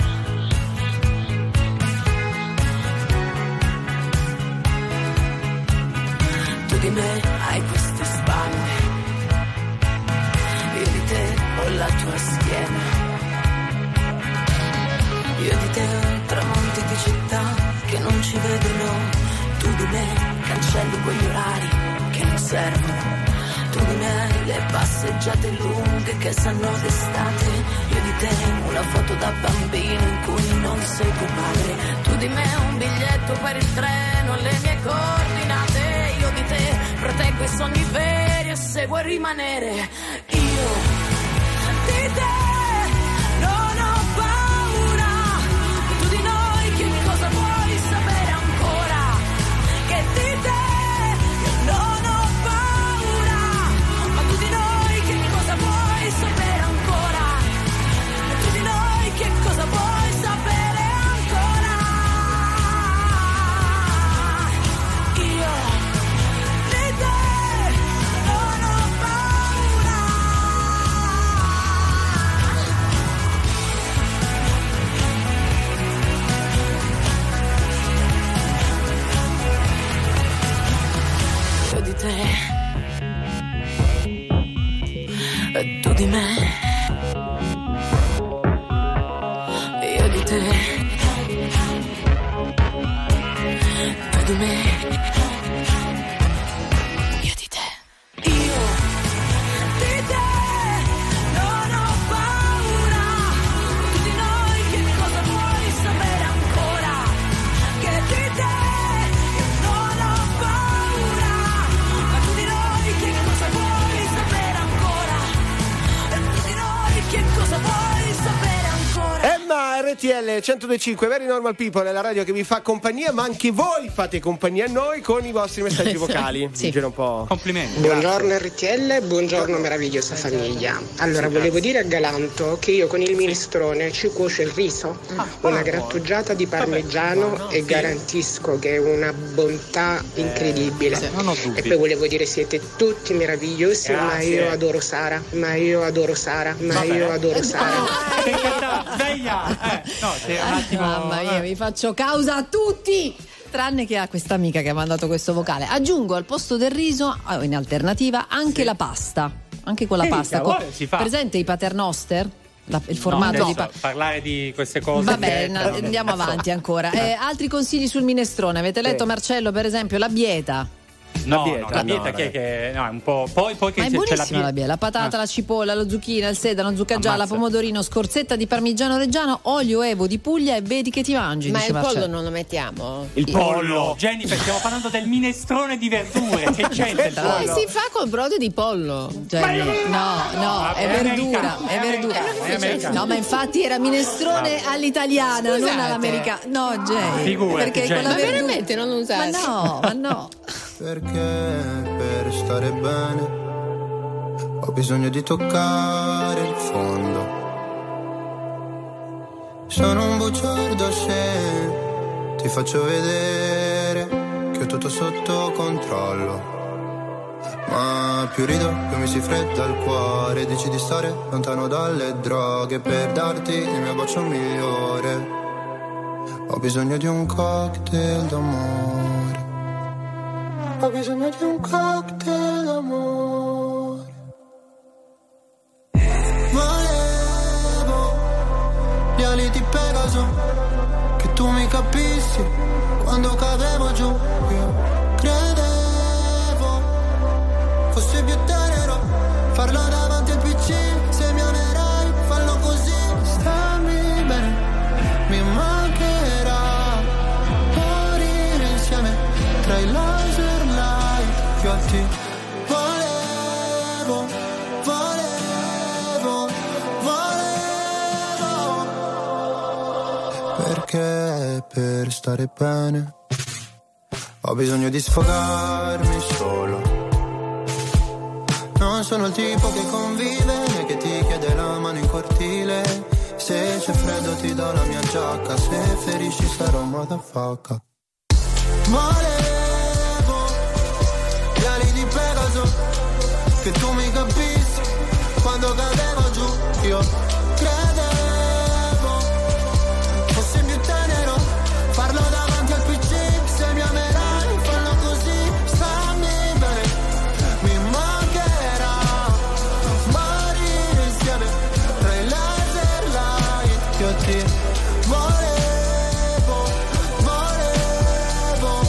Speaker 9: Tu di me hai queste spalle, io di te ho la tua schiena. Io di te ho tramonti di città che non ci vedono. Tu di me cancelli quegli orari che non servono. Tu di me hai le passeggiate lunghe che sanno d'estate. Io di te una foto da bambino in cui non sei tuo padre. Tu di me un biglietto per il treno, le mie coordinate. Io di te proteggo i sogni veri e seguo il rimanere. Io di te non ho paura. Tu di noi che cosa vuoi sapere ancora? Che di te io non ho paura. Ma tu di noi che cosa vuoi sapere ancora? Tu di noi che cosa vuoi sapere ancora? Io di te non ho paura. Io di te e tu di me. Io di te, tu di me. Io di te. Io di te non ho paura. Tu di noi che cosa vuoi sapere ancora? Che di te io non ho paura. Ma tu di noi che cosa vuoi sapere ancora? E tu di noi che cosa vuoi sapere ancora?
Speaker 1: Emma, RTL 102.5, Very Normal People è la radio che vi fa compagnia, ma anche voi fate compagnia a noi con i vostri messaggi vocali.
Speaker 4: Sì.
Speaker 1: Gira un po'.
Speaker 3: Complimenti.
Speaker 19: Buongiorno RTL, buongiorno meravigliosa famiglia. Allora, volevo dire a Galanto che io con il minestrone ci cuocio il riso, una grattugiata di parmigiano e garantisco che è una bontà incredibile.
Speaker 3: Non ho dubbi.
Speaker 19: E poi volevo dire siete tutti meravigliosi, ma io adoro Sara, ma io adoro Sara, ma io adoro Sara.
Speaker 3: Sveglia! No, sei un attimo.
Speaker 4: Mamma mia, mi faccio causa a tutti! Tranne che a questa amica che ha mandato questo vocale. Aggiungo al posto del riso, in alternativa, anche la pasta. Anche con la pasta.
Speaker 3: Si fa.
Speaker 4: Presente i paternoster? Il formato
Speaker 3: no,
Speaker 4: di
Speaker 3: parlare di queste cose.
Speaker 4: Vabbè, andiamo avanti ancora. Altri consigli sul minestrone. Avete letto, Marcello, per esempio, la bieta?
Speaker 3: La bieta che no, è un po'. Poi che
Speaker 4: ma è
Speaker 3: c'è
Speaker 4: buonissima la bieta. La patata, la cipolla, la zucchina, il sedano, zucca gialla, pomodorino, scorzetta di parmigiano reggiano, olio evo di Puglia e vedi che ti mangi.
Speaker 5: Ma il
Speaker 4: Marcello.
Speaker 5: pollo non lo mettiamo?
Speaker 3: Il pollo. Jennifer, stiamo parlando del minestrone di verdure. Che c'entra il pollo?
Speaker 5: Si fa col brodo di pollo.
Speaker 4: No, è verdura. È verdura. No, ma infatti era minestrone all'italiana, non all'americana. No, Jay.
Speaker 3: Figurati,
Speaker 4: perché con la
Speaker 5: Ma
Speaker 4: verdura.
Speaker 5: veramente non lo usate?
Speaker 4: Ma no.
Speaker 6: Perché per stare bene ho bisogno di toccare il fondo. Sono un bugiardo se ti faccio vedere che ho tutto sotto controllo. Ma più rido, più mi si fredda il cuore. Dici di stare lontano dalle droghe per darti il mio bacio migliore. Ho bisogno di un cocktail d'amore. Ho bisogno di un cocktail d'amore. Volevo gli ali di Pegaso, che tu mi capissi quando cadevo giù. Io credevo fosse più tenero farlo davanti al PC. Se mi amerai, fallo così. Stammi bene, mi mancherà morire insieme tra i laser. Io a te volevo
Speaker 20: Perché per stare bene ho bisogno di sfogarmi solo. Non sono il tipo che convive né che ti chiede la mano in cortile. Se c'è freddo ti do la mia giacca, se ferisci sarò motherfucker. Volevo gli ali di Pegaso, che tu mi capissi quando cadevo giù. Io credevo fossi più tenero, farlo davanti al PC. Se mi amerai fallo così, stammi bene. Mi mancherà morire insieme tra i laser light. Io ti volevo, volevo,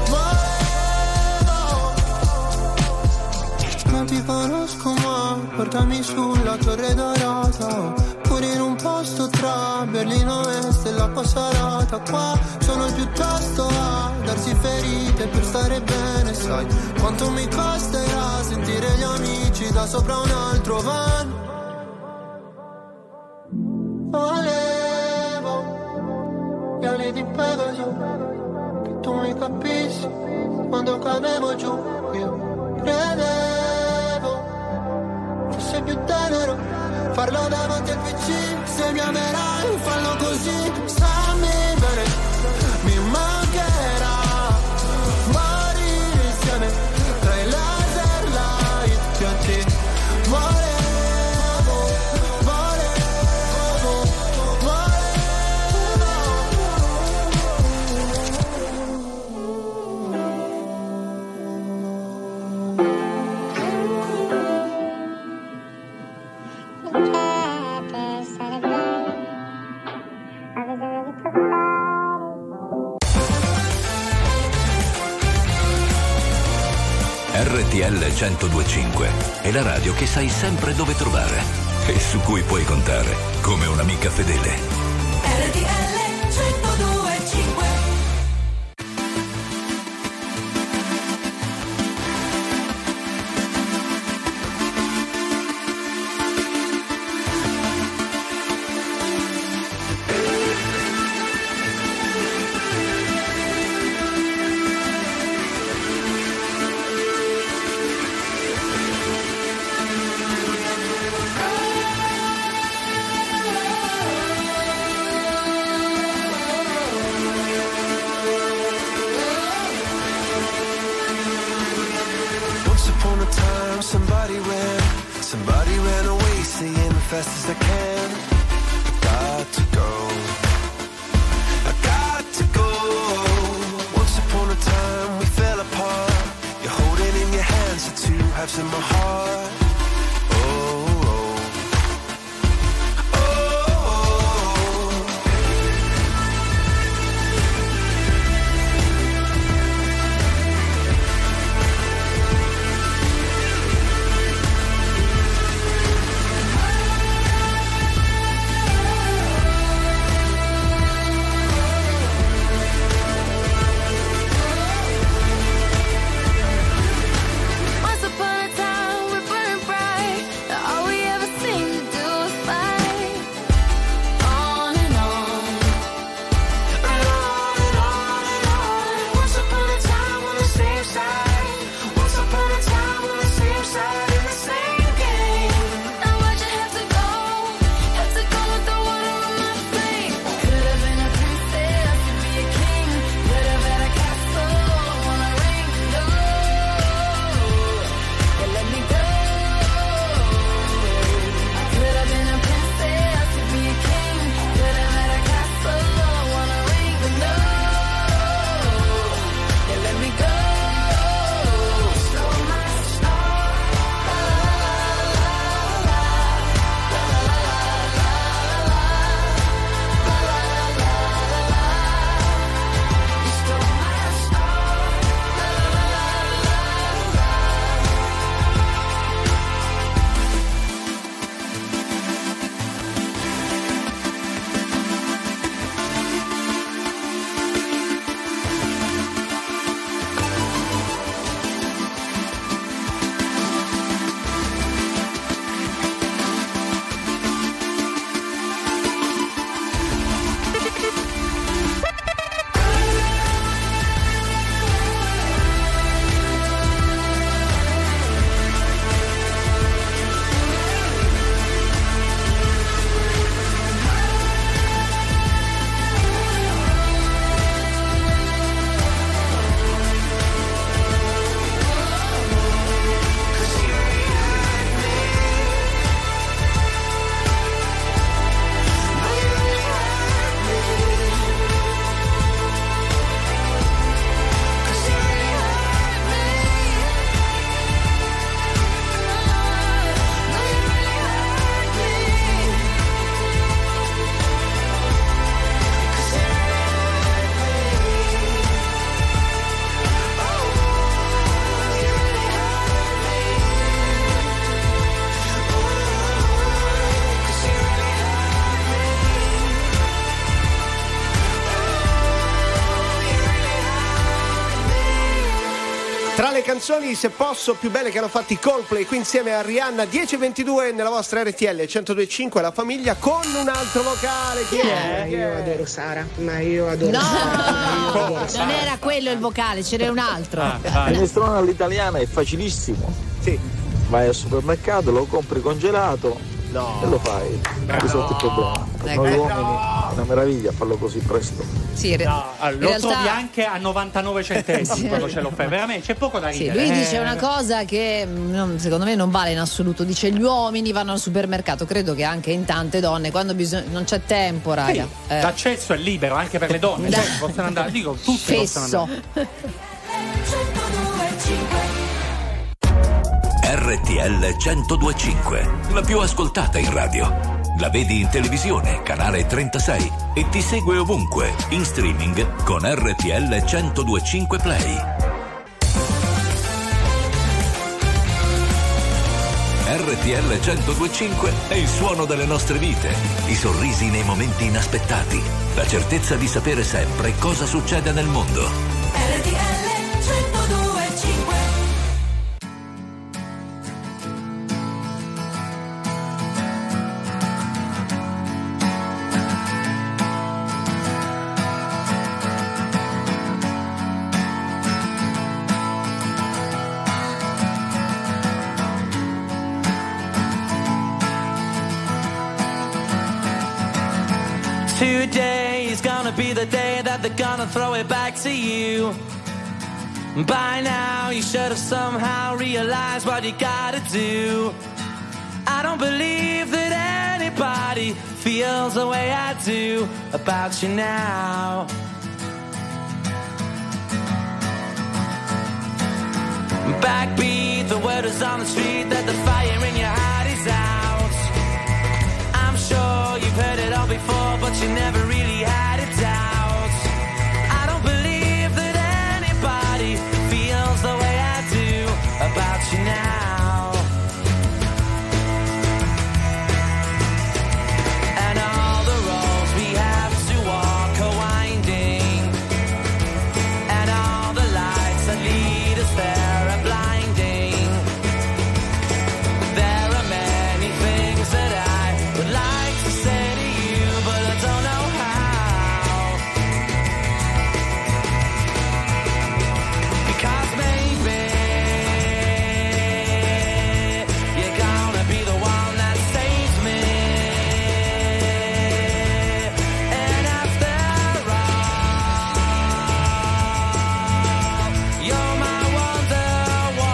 Speaker 20: volevo. Non ti conosco ma portami sulla Torre Dorata, pure in un posto tra Berlino Est e la Passarata. Qua sono piuttosto a darsi ferite per stare bene. Sai quanto mi costerà sentire gli amici da sopra un altro van. Volevo gli ali di Pegaso, che tu mi capissi quando cadevo giù. Io credevo fosse più tenero, farlo davanti al PC. Se mi amerai fallo così, stammi bene. Mi mancherà morire insieme tra i laser light. Io ti volevo, volevo,
Speaker 7: RTL 102.5 è la radio che sai sempre dove trovare e su cui puoi contare come un'amica fedele.
Speaker 8: RTL 102.5.
Speaker 13: Somebody ran away saying fast as I can. I got to go, I got to go. Once upon a time we fell apart. You're holding in your hands the two halves of my heart.
Speaker 10: Once upon a time we
Speaker 1: canzoni, se posso, più belle che hanno fatto i Coldplay qui insieme a Rihanna. 10:22 nella vostra RTL 102.5 La famiglia con un altro vocale. Chi è?
Speaker 19: Io adoro Sara, ma io adoro
Speaker 4: No,
Speaker 19: Sara.
Speaker 4: non era quello il vocale, ce n'è un altro.
Speaker 21: Il minestrone all'italiana è facilissimo.
Speaker 1: Sì.
Speaker 21: Vai al supermercato, lo compri congelato e lo fai. Risolti il problema. Per noi uomini è una meraviglia farlo così presto.
Speaker 4: Sì,
Speaker 3: lo
Speaker 4: realtà-
Speaker 3: trovi anche a 99 centesimi quando ce lo fai, veramente c'è poco da
Speaker 4: Sì,
Speaker 3: ridere.
Speaker 4: lui dice una cosa che secondo me non vale in assoluto. Dice: gli uomini vanno al supermercato. Credo che anche in tante donne, quando non c'è tempo, raga.
Speaker 3: L'accesso è libero anche per le donne, cioè, possono andare, dico, tutti possono andare.
Speaker 7: RTL 102.5, la più ascoltata in radio. La vedi in televisione, canale 36 e ti segue ovunque, in streaming con RTL 102.5 Play. RTL 102.5 è il suono delle nostre vite, i sorrisi nei momenti inaspettati, la certezza di sapere sempre cosa succede nel mondo.
Speaker 8: RTL 102.5.
Speaker 17: Today is gonna be the day that they're gonna throw it back to you. By now you should have somehow realized what you gotta do. I don't believe that anybody feels the way I do about you now. Backbeat, the word is on the street that the fire in your heart is out. I'm sure you've heard it all before, but you never really had it out. I don't believe that anybody feels the way I do about you now. And all the roads we have to walk are winding, and all the lights that lead us there are blinding. There are many things that I would like to say to you, but I don't know how. Because maybe you're gonna be the one that saves me. And after all, you're my wonderwall.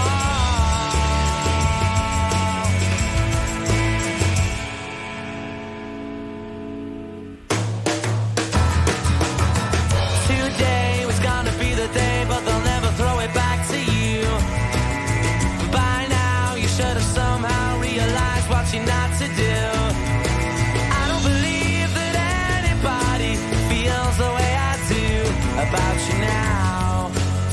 Speaker 17: Today was gonna be the day, but they'll never throw it back to you. By now, you should have somehow realized what you're not to do. I don't believe that anybody feels the way I do about you now.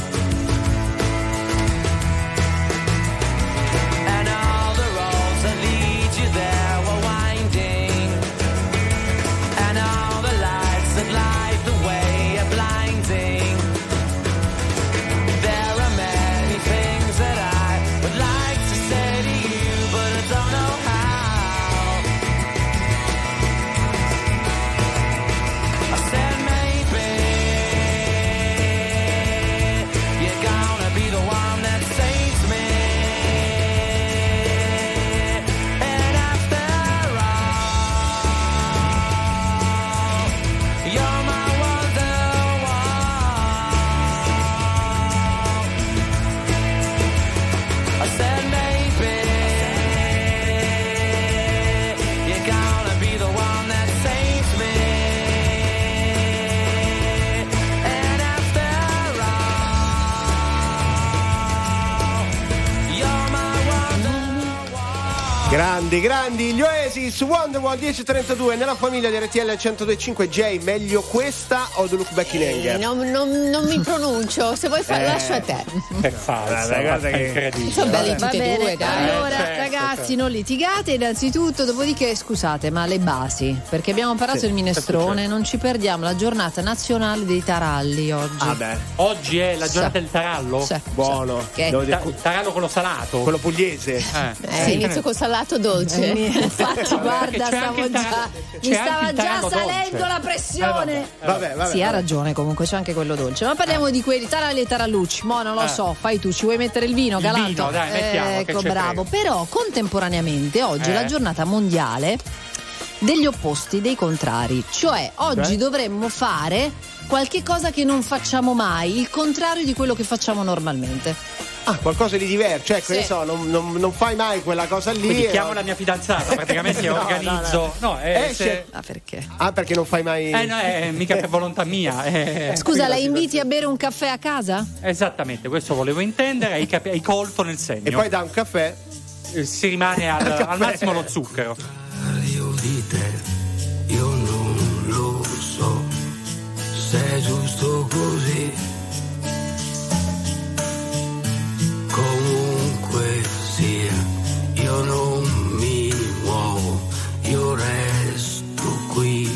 Speaker 17: And all the roads that lead you there were winding, and all the lights that light the way are blinding. There are many things that I would like to say to you, but I don't know how. I said maybe you're gonna be the one that saves me. And after all, you're my wonderwall. I said maybe you're gonna be the one that saves me. And after all, you're my wonderwall.
Speaker 1: Grandi, grandi, gli Oasis. Oasis, Wonderwall 10:32 nella famiglia di RTL 102.5. Jay, meglio questa o The Look Back in Anger?
Speaker 5: Non mi pronuncio, se vuoi lascio a te.
Speaker 3: È falso,
Speaker 1: guarda
Speaker 3: è incredibile.
Speaker 5: Sono belli
Speaker 4: Va
Speaker 5: tutti e
Speaker 4: bene,
Speaker 5: due, dai.
Speaker 4: allora
Speaker 3: certo,
Speaker 4: ragazzi
Speaker 3: certo.
Speaker 4: non litigate innanzitutto, dopodiché scusate ma le basi, perché abbiamo parlato del minestrone, non ci perdiamo la giornata nazionale dei taralli oggi.
Speaker 1: Vabbè,
Speaker 3: Oggi è la giornata
Speaker 4: Sì.
Speaker 3: del tarallo?
Speaker 4: Sì.
Speaker 1: buono.
Speaker 4: Che-
Speaker 1: Devo dire,
Speaker 3: Il tarallo quello salato?
Speaker 1: quello pugliese.
Speaker 5: Inizio con salato dolce.
Speaker 4: Infatti guarda,
Speaker 3: perché c'è anche
Speaker 4: stavo
Speaker 3: il tarallo-
Speaker 4: mi
Speaker 3: c'è anche
Speaker 4: stava
Speaker 3: il
Speaker 4: già
Speaker 3: tarallo
Speaker 4: salendo
Speaker 3: dolce.
Speaker 4: la pressione.
Speaker 1: Vabbè.
Speaker 4: Sì, ha ragione, comunque c'è anche quello dolce. Ma parliamo di quelli taralli e tarallucci. Mo' non lo so, fai tu, ci vuoi mettere il vino,
Speaker 3: Il
Speaker 4: Galanto?
Speaker 3: vino, dai, mettiamo, che
Speaker 4: Ecco,
Speaker 3: c'è
Speaker 4: bravo.
Speaker 3: frega.
Speaker 4: Però contemporaneamente oggi è la giornata mondiale degli opposti, dei contrari. Cioè, oggi dovremmo fare qualche cosa che non facciamo mai, il contrario di quello che facciamo normalmente.
Speaker 1: Ah, qualcosa di diverso, cioè, che ne so, non fai mai quella cosa lì.
Speaker 3: Quindi chiamo la mia fidanzata, praticamente
Speaker 1: No,
Speaker 3: organizzo. No,
Speaker 1: Esce.
Speaker 4: Ah, perché?
Speaker 1: Ah, perché non fai mai.
Speaker 3: No, è mica per volontà mia.
Speaker 4: Scusa, la inviti a bere un caffè a casa?
Speaker 3: Esattamente, questo volevo intendere, hai colto nel segno.
Speaker 1: E poi da un caffè
Speaker 3: si rimane al massimo lo zucchero.
Speaker 13: Io di te, io non lo so se è giusto così. Comunque sia, io non mi muovo, io resto qui.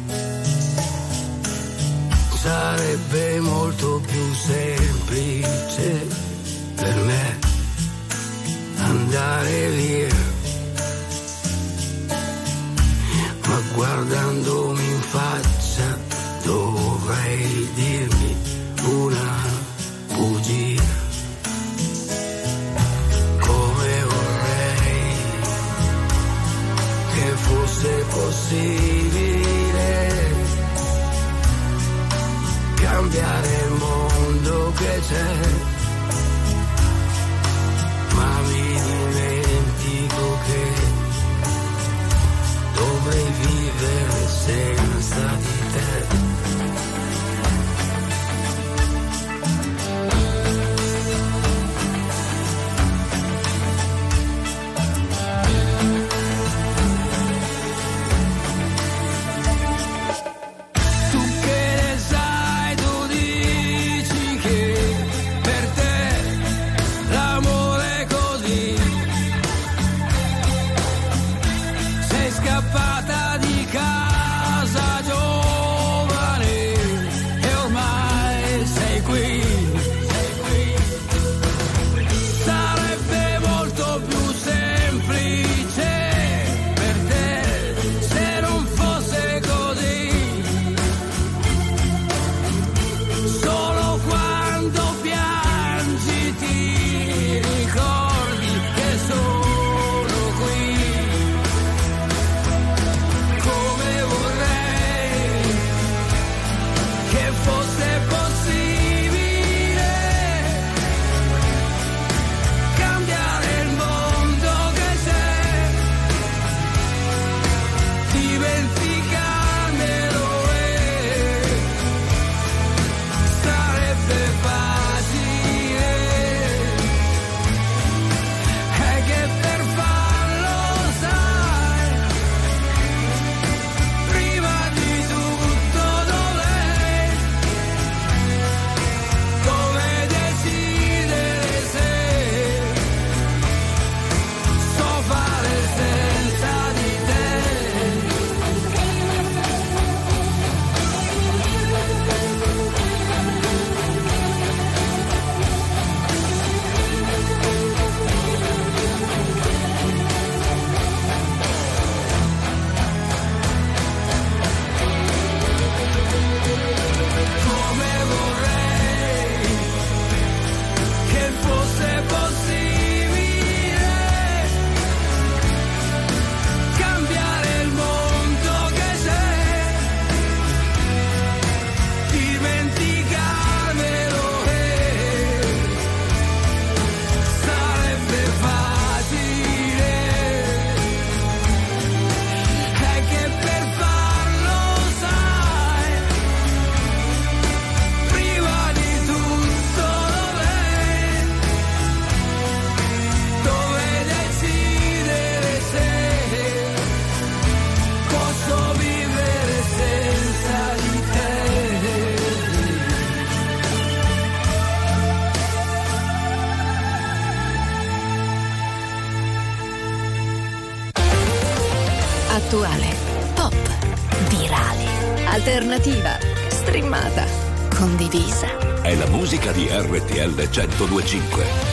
Speaker 13: Sarebbe molto più semplice per me andare via, ma guardandomi in faccia dovrei dirmi una bugia. Come vorrei che fosse possibile cambiare il mondo che c'è, ma mi dimentico che dovrei vivere senza di te. Tu che ne sai, tu dici che per te l'amore è così. Sei scappata di casa giovane e ormai sei qui. Sarebbe molto più semplice per te se non fosse così. Solo quando piangi ti ricordi che sono qui. Come
Speaker 15: virale, alternativa, streamata, condivisa.
Speaker 7: È la musica di RTL 102.5.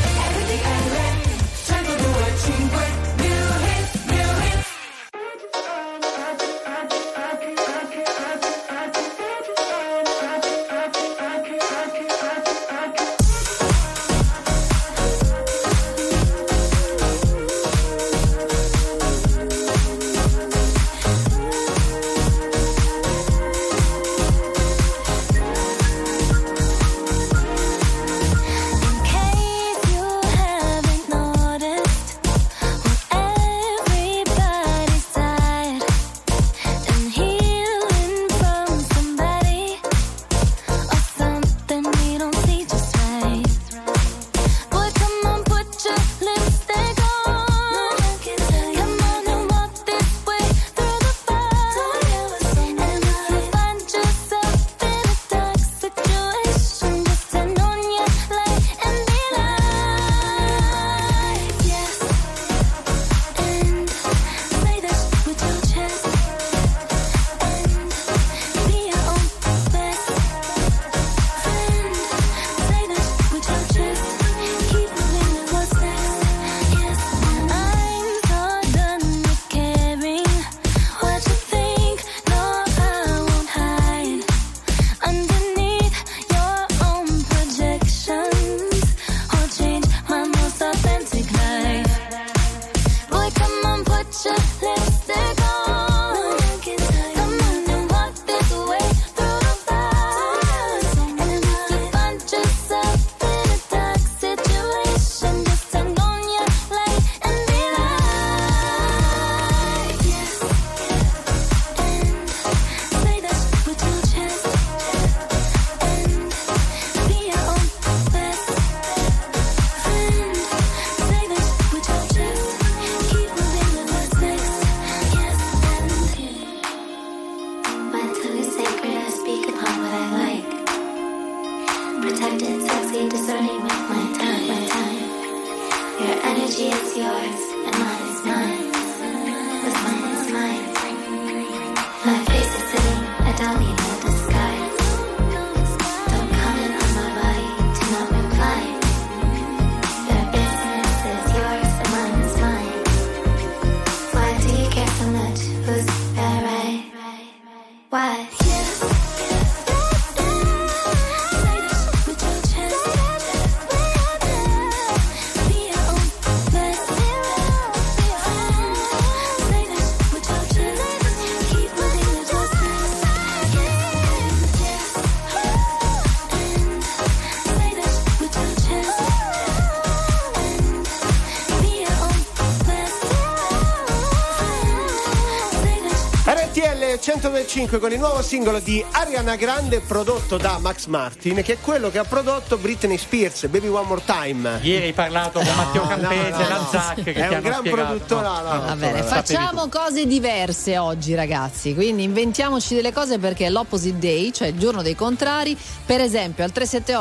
Speaker 1: RTL 102.5 con il nuovo singolo di Ariana Grande prodotto da Max Martin, che è quello che ha prodotto Britney Spears, Baby One More Time.
Speaker 3: Ieri hai parlato con Matteo Campese e la Zac che
Speaker 1: è
Speaker 3: ti
Speaker 1: un gran
Speaker 3: spiegato.
Speaker 1: produttore.
Speaker 4: Va bene, facciamo cose diverse oggi, ragazzi, quindi inventiamoci delle cose, perché è l'opposite day, cioè il giorno dei contrari. Per esempio al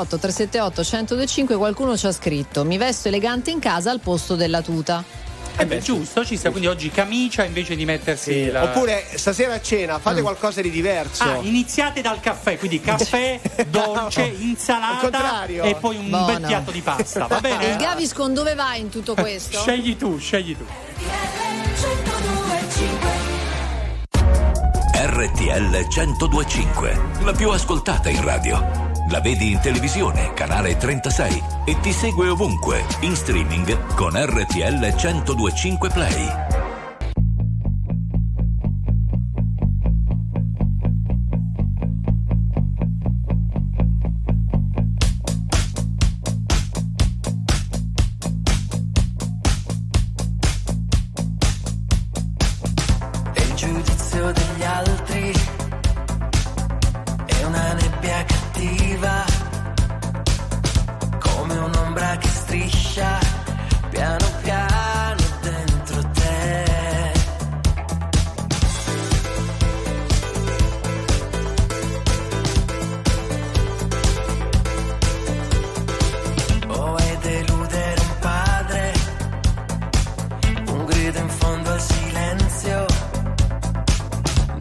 Speaker 4: 378 1025 qualcuno ci ha scritto: mi vesto elegante in casa al posto della tuta.
Speaker 3: Giusto, ci sta, quindi oggi camicia invece di mettersi la...
Speaker 1: Oppure stasera a cena fate qualcosa di diverso.
Speaker 3: Iniziate dal caffè, quindi caffè, dolce, insalata e poi un bel piatto di pasta, va bene?
Speaker 4: E il Gaviscon dove vai in tutto questo?
Speaker 3: Scegli tu.
Speaker 7: RTL 102.5, la più ascoltata in radio. La vedi in televisione, canale 36, e ti segue ovunque, in streaming con RTL 102.5 Play.
Speaker 17: E il giudizio degli altri è una nebbia cattiva, come un'ombra che striscia piano piano dentro te.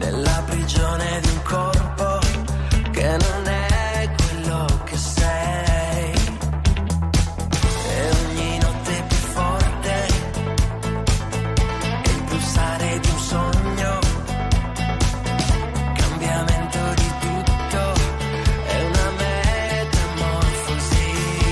Speaker 13: nella prigione di un corpo che non è quello che sei. E ogni notte più forte è il pulsare di un sogno, cambiamento di tutto, è una metamorfosi.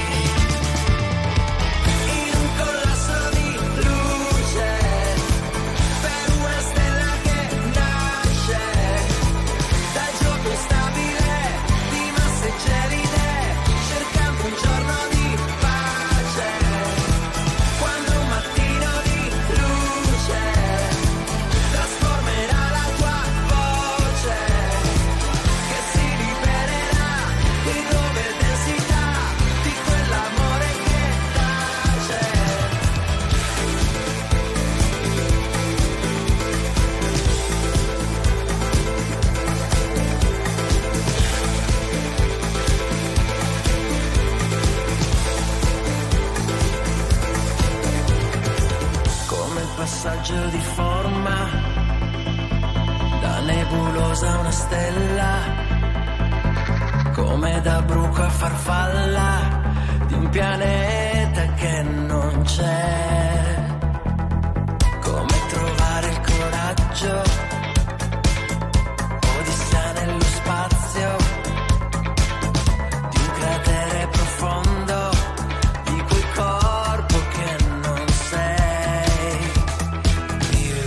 Speaker 13: In un collasso di luce, per una stella che nasce dal gioco instabile di masse gelide, cercando un giorno di pace. Quando un mattino di luce trasformerà la tua voce, che si libererà in nuove densità di quell'amore che tace. Come il passaggio di forma da nebulosa a una stella, come da bruco a farfalla di un pianeta che non c'è. Come trovare il coraggio, odissea nello spazio di un cratere profondo, di quel corpo che non sei più.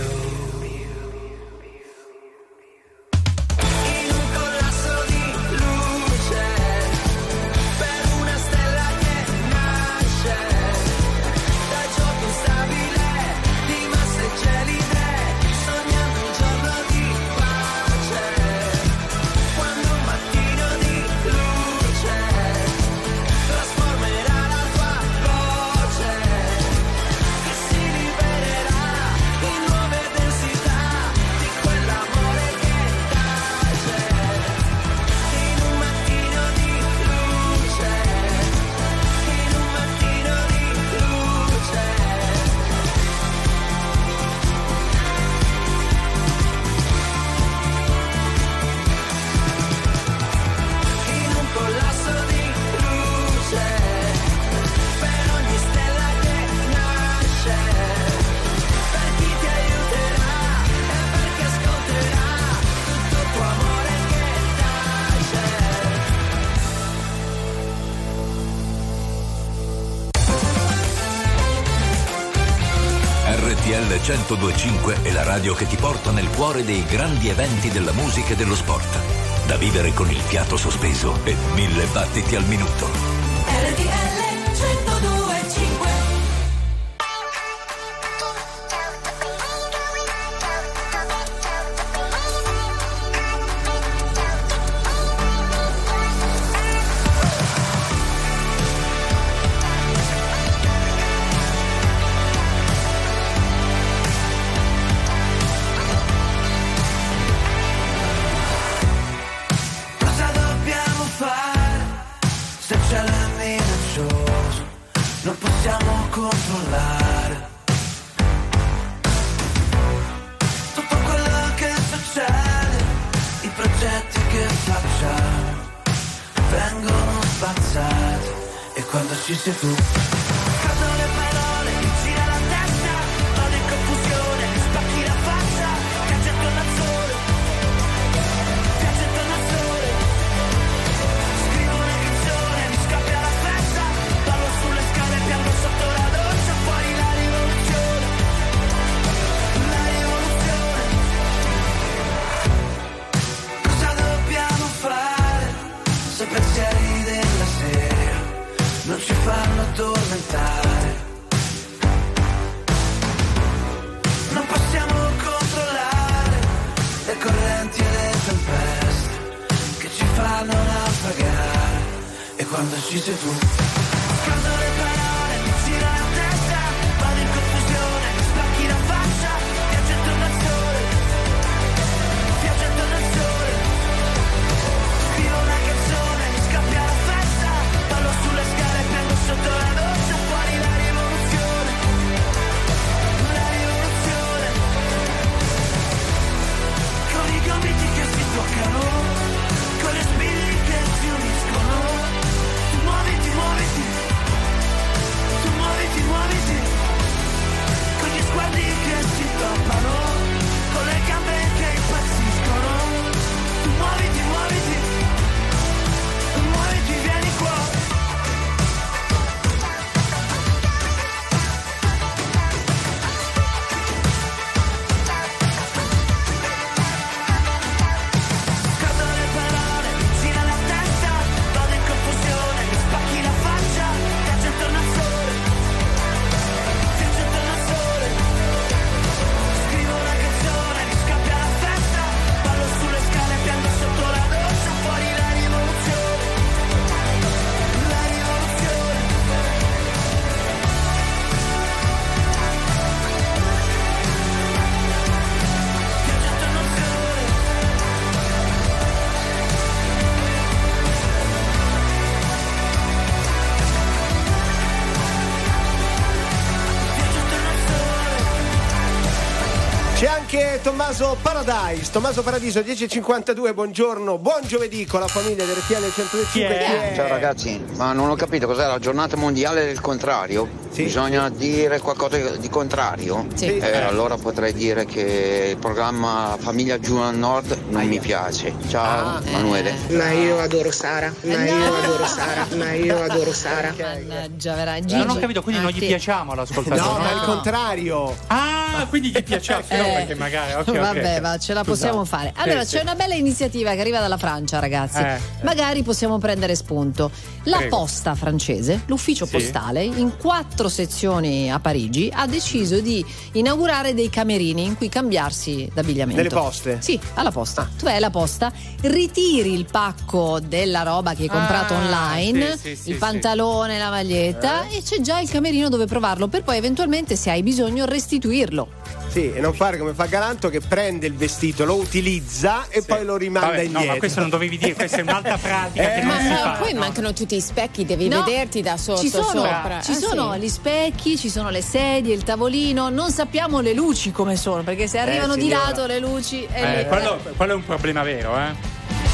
Speaker 13: In un collasso di luce, per una stella che nasce dal gioco instabile di masse gelide, sognando un giorno di pace. Quando un mattino di luce trasformerà la tua voce, che si libererà in nuove densità di quell'amore che tace. In un mattino di luce, in un mattino di luce. In un collasso di luce, per ogni stella che nasce, per chi ti aiuterà e per chi ascolterà tutto il tuo amore che tace.
Speaker 7: RTL 102.5 è la radio che ti porta nel cuore dei grandi eventi della musica e dello sport. Da vivere con il fiato sospeso e 1000 battiti al minuto.
Speaker 8: RTL 102.5.
Speaker 13: Cosa dobbiamo fare se c'è la minaccioso? Non possiamo controllare tutto quello che succede, i progetti che facciamo vengono spazzati, e quando ci sei tu cadono le parole, mi gira la testa, vado in confusione, spacchi la faccia, caccia attorno al sole, caccia attorno al sole. Scrivo una canzone, mi scoppia la festa, ballo sulle scale, piango sotto la doccia, fuori la rivoluzione, la rivoluzione. Cosa dobbiamo fare se pensieri della sera non ci fanno addormentare? Non possiamo controllare le correnti e le tempeste che ci fanno naufragare, e quando ci sei tu scaldo le parole, mi gira la testa, vado in confusione, mi spacchi la faccia, viaggio attorno al sole, viaggio attorno al sole. Scrivo una canzone, mi scoppia la festa, ballo sulle scale, piango sotto la doccia, fuori la rivoluzione, la rivoluzione. Con i gomiti
Speaker 1: è Tommaso Paradise. Tommaso Paradiso 10.52, buongiorno, buon giovedì con la famiglia del RTL 105. Chi è?
Speaker 2: Ciao ragazzi, ma non ho capito cos'è la giornata mondiale del contrario? Sì. Bisogna dire qualcosa di contrario?
Speaker 4: Sì.
Speaker 2: Allora potrei dire che il programma Famiglia giù al nord non mi piace. Ciao Emanuele.
Speaker 19: Ma io adoro Sara, ma io adoro Sara.
Speaker 4: Mannaggia, veramente.
Speaker 3: Non ho capito, quindi non gli piacciamo all'ascoltatore.
Speaker 1: No, ma è il contrario.
Speaker 3: Ah, quindi gli piaceva, no, perché magari
Speaker 4: vabbè, ma ce la possiamo fare. Allora, c'è una bella iniziativa che arriva dalla Francia, ragazzi. Magari possiamo prendere spunto. La posta francese, l'ufficio postale, in 4 sezioni a Parigi, ha deciso di inaugurare dei camerini in cui cambiarsi d'abbigliamento.
Speaker 1: Nelle poste?
Speaker 4: Sì, alla posta. Tu vai alla posta, ritiri il pacco della roba che hai comprato online, il pantalone, la maglietta, e c'è già il camerino dove provarlo, per poi eventualmente, se hai bisogno, restituirlo.
Speaker 1: Sì, e non fare come fa Galanto che prende il vestito, lo utilizza e poi lo rimanda indietro.
Speaker 3: No, ma questo non dovevi dire, questa è un'altra pratica che non si fa.
Speaker 5: Poi mancano tutti i specchi, devi vederti da sotto,
Speaker 4: ci sono,
Speaker 5: sopra.
Speaker 4: Ci sono gli specchi, ci sono le sedie, il tavolino, non sappiamo le luci come sono, perché se arrivano di lato le luci
Speaker 3: quello è un problema vero, eh.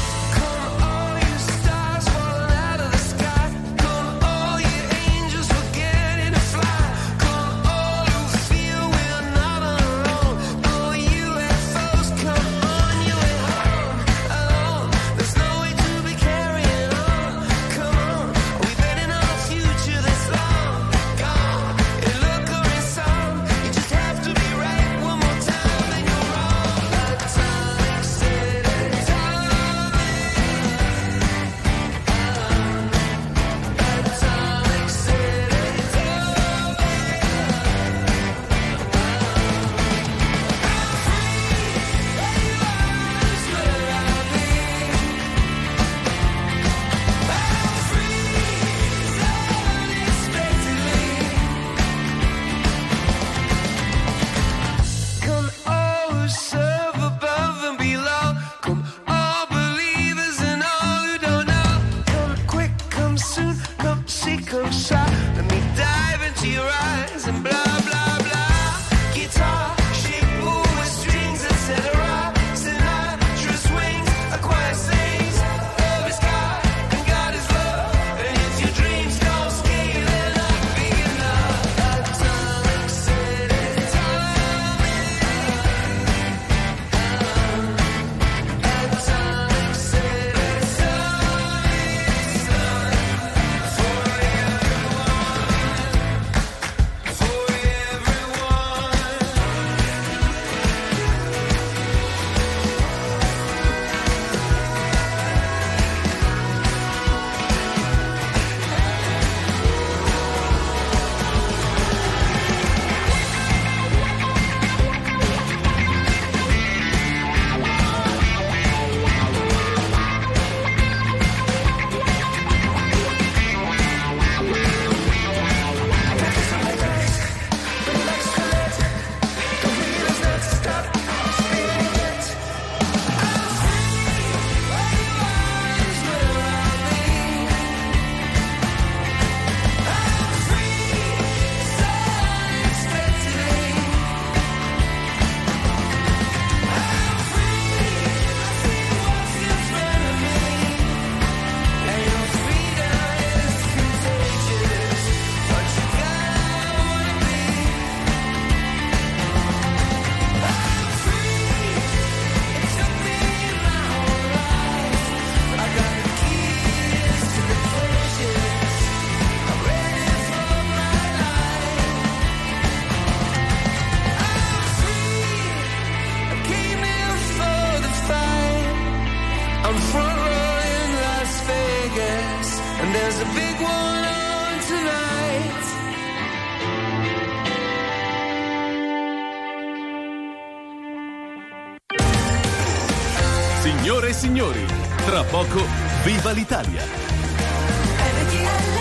Speaker 17: There's a big one on tonight.
Speaker 22: Signore e signori, tra poco viva l'Italia.
Speaker 8: RTL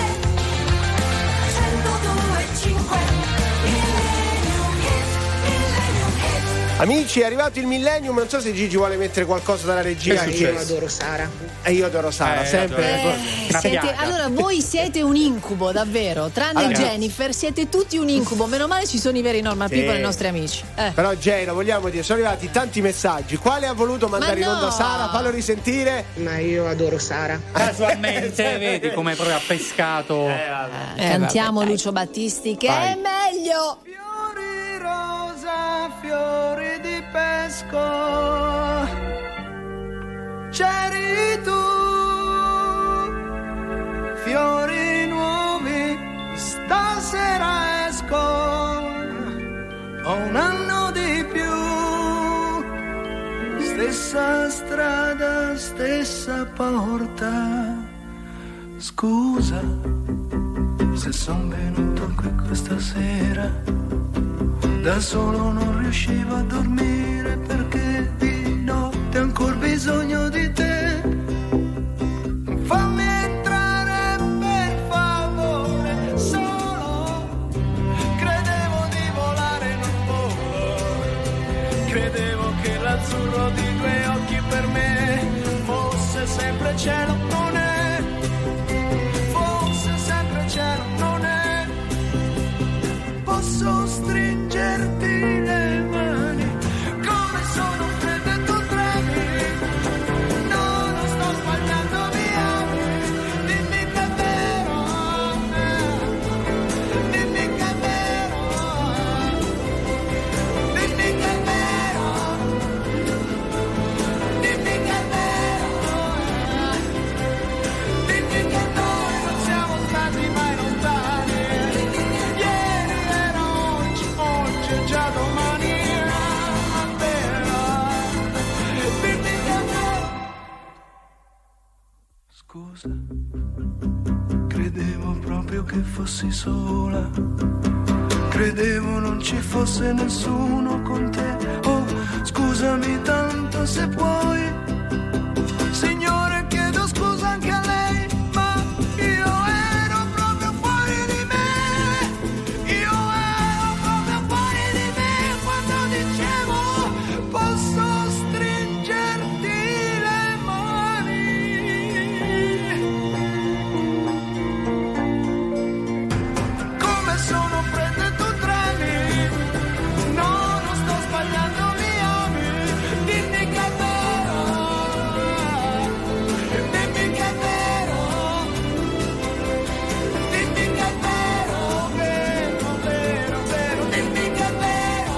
Speaker 8: 102.5 Millennium Hit.
Speaker 1: Amici, è arrivato il millennium, non so se Gigi vuole mettere qualcosa dalla regia.
Speaker 19: Io adoro Sara.
Speaker 1: E io adoro Sara, sempre.
Speaker 4: Allora, voi siete un incubo, davvero. Tranne Jennifer, siete tutti un incubo. Meno male ci sono i veri normal people, i nostri amici.
Speaker 1: Però Jay, lo vogliamo dire, sono arrivati tanti messaggi. Quale ha voluto mandare in onda Sara? Fallo risentire.
Speaker 19: Ma io adoro Sara.
Speaker 3: Casualmente, vedi come proprio ha pescato.
Speaker 4: Cantiamo Lucio Battisti, che è meglio.
Speaker 13: Fiori rosa, fiori di pesco, c'eri tu, fiori nuovi, stasera esco, ho un anno di più, stessa strada, stessa porta, scusa se son venuto qui questa sera, da solo non riuscivo a dormire perché di notte ho ancora bisogno di te. Fammi entrare per favore, solo credevo di volare in un volo, credevo che l'azzurro di tuoi occhi per me fosse sempre cielo, non è, fosse sempre cielo, non è, posso stringerti le mani come sono fredde tu tremi, no, non sto sbagliando, mi ami, dimmi che è vero, dimmi che è vero, dimmi che è vero, dimmi che è vero, dimmi che noi non siamo stati mai lontani, ieri era oggi, oggi è già domani, ma vero, dimmi che è vero. Scusa, credevo proprio che fossi sola, credevo non ci fosse nessuno con te, oh scusami tanto se puoi, signore chiedo scusa anche a lei, ma io ero proprio fuori di me, io ero proprio fuori di me quando dicevo posso stringerti le mani, come sono fredde tu tremi, no, non sto sbagliando, mi ami, dimmi che è vero, dimmi che è vero, dimmi che è vero, vero, vero, vero, dimmi che è vero,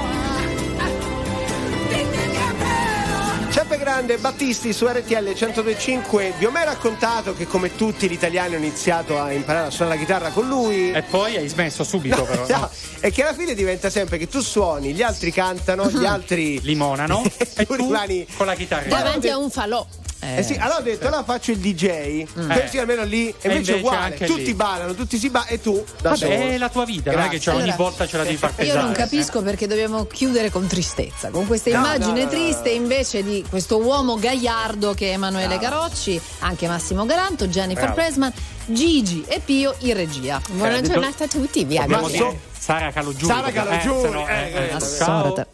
Speaker 13: dimmi che è vero.
Speaker 1: Ceppe Grande, Battisti su RTL 102.5. Vi ho mai raccontato che come tutti gli italiani ho iniziato a imparare a suonare la chitarra con lui?
Speaker 3: E poi hai smesso subito, però.
Speaker 1: No, è che alla fine diventa sempre che tu suoni, gli altri cantano, gli altri
Speaker 3: limonano e tu
Speaker 1: rimani
Speaker 3: con la chitarra
Speaker 4: davanti a un falò.
Speaker 1: sì, allora ho detto, allora faccio il DJ, così almeno lì, e invece è uguale, tutti
Speaker 3: lì
Speaker 1: ballano, tutti si ballano e tu da solo.
Speaker 3: Vabbè, è la tua vita, non è che ogni volta ce la devi far pesare.
Speaker 4: Io non capisco perché dobbiamo chiudere con tristezza, con questa
Speaker 1: No,
Speaker 4: immagine
Speaker 1: no,
Speaker 4: triste invece di questo uomo gagliardo che è Emanuele Carocci, anche Massimo Galanto, Jennifer Pressman, Gigi e Pio in regia.
Speaker 5: Buona giornata a tutti, vi
Speaker 3: Dobbiamo
Speaker 5: auguro.
Speaker 3: dire Sara Calogiuri.
Speaker 1: Ciao.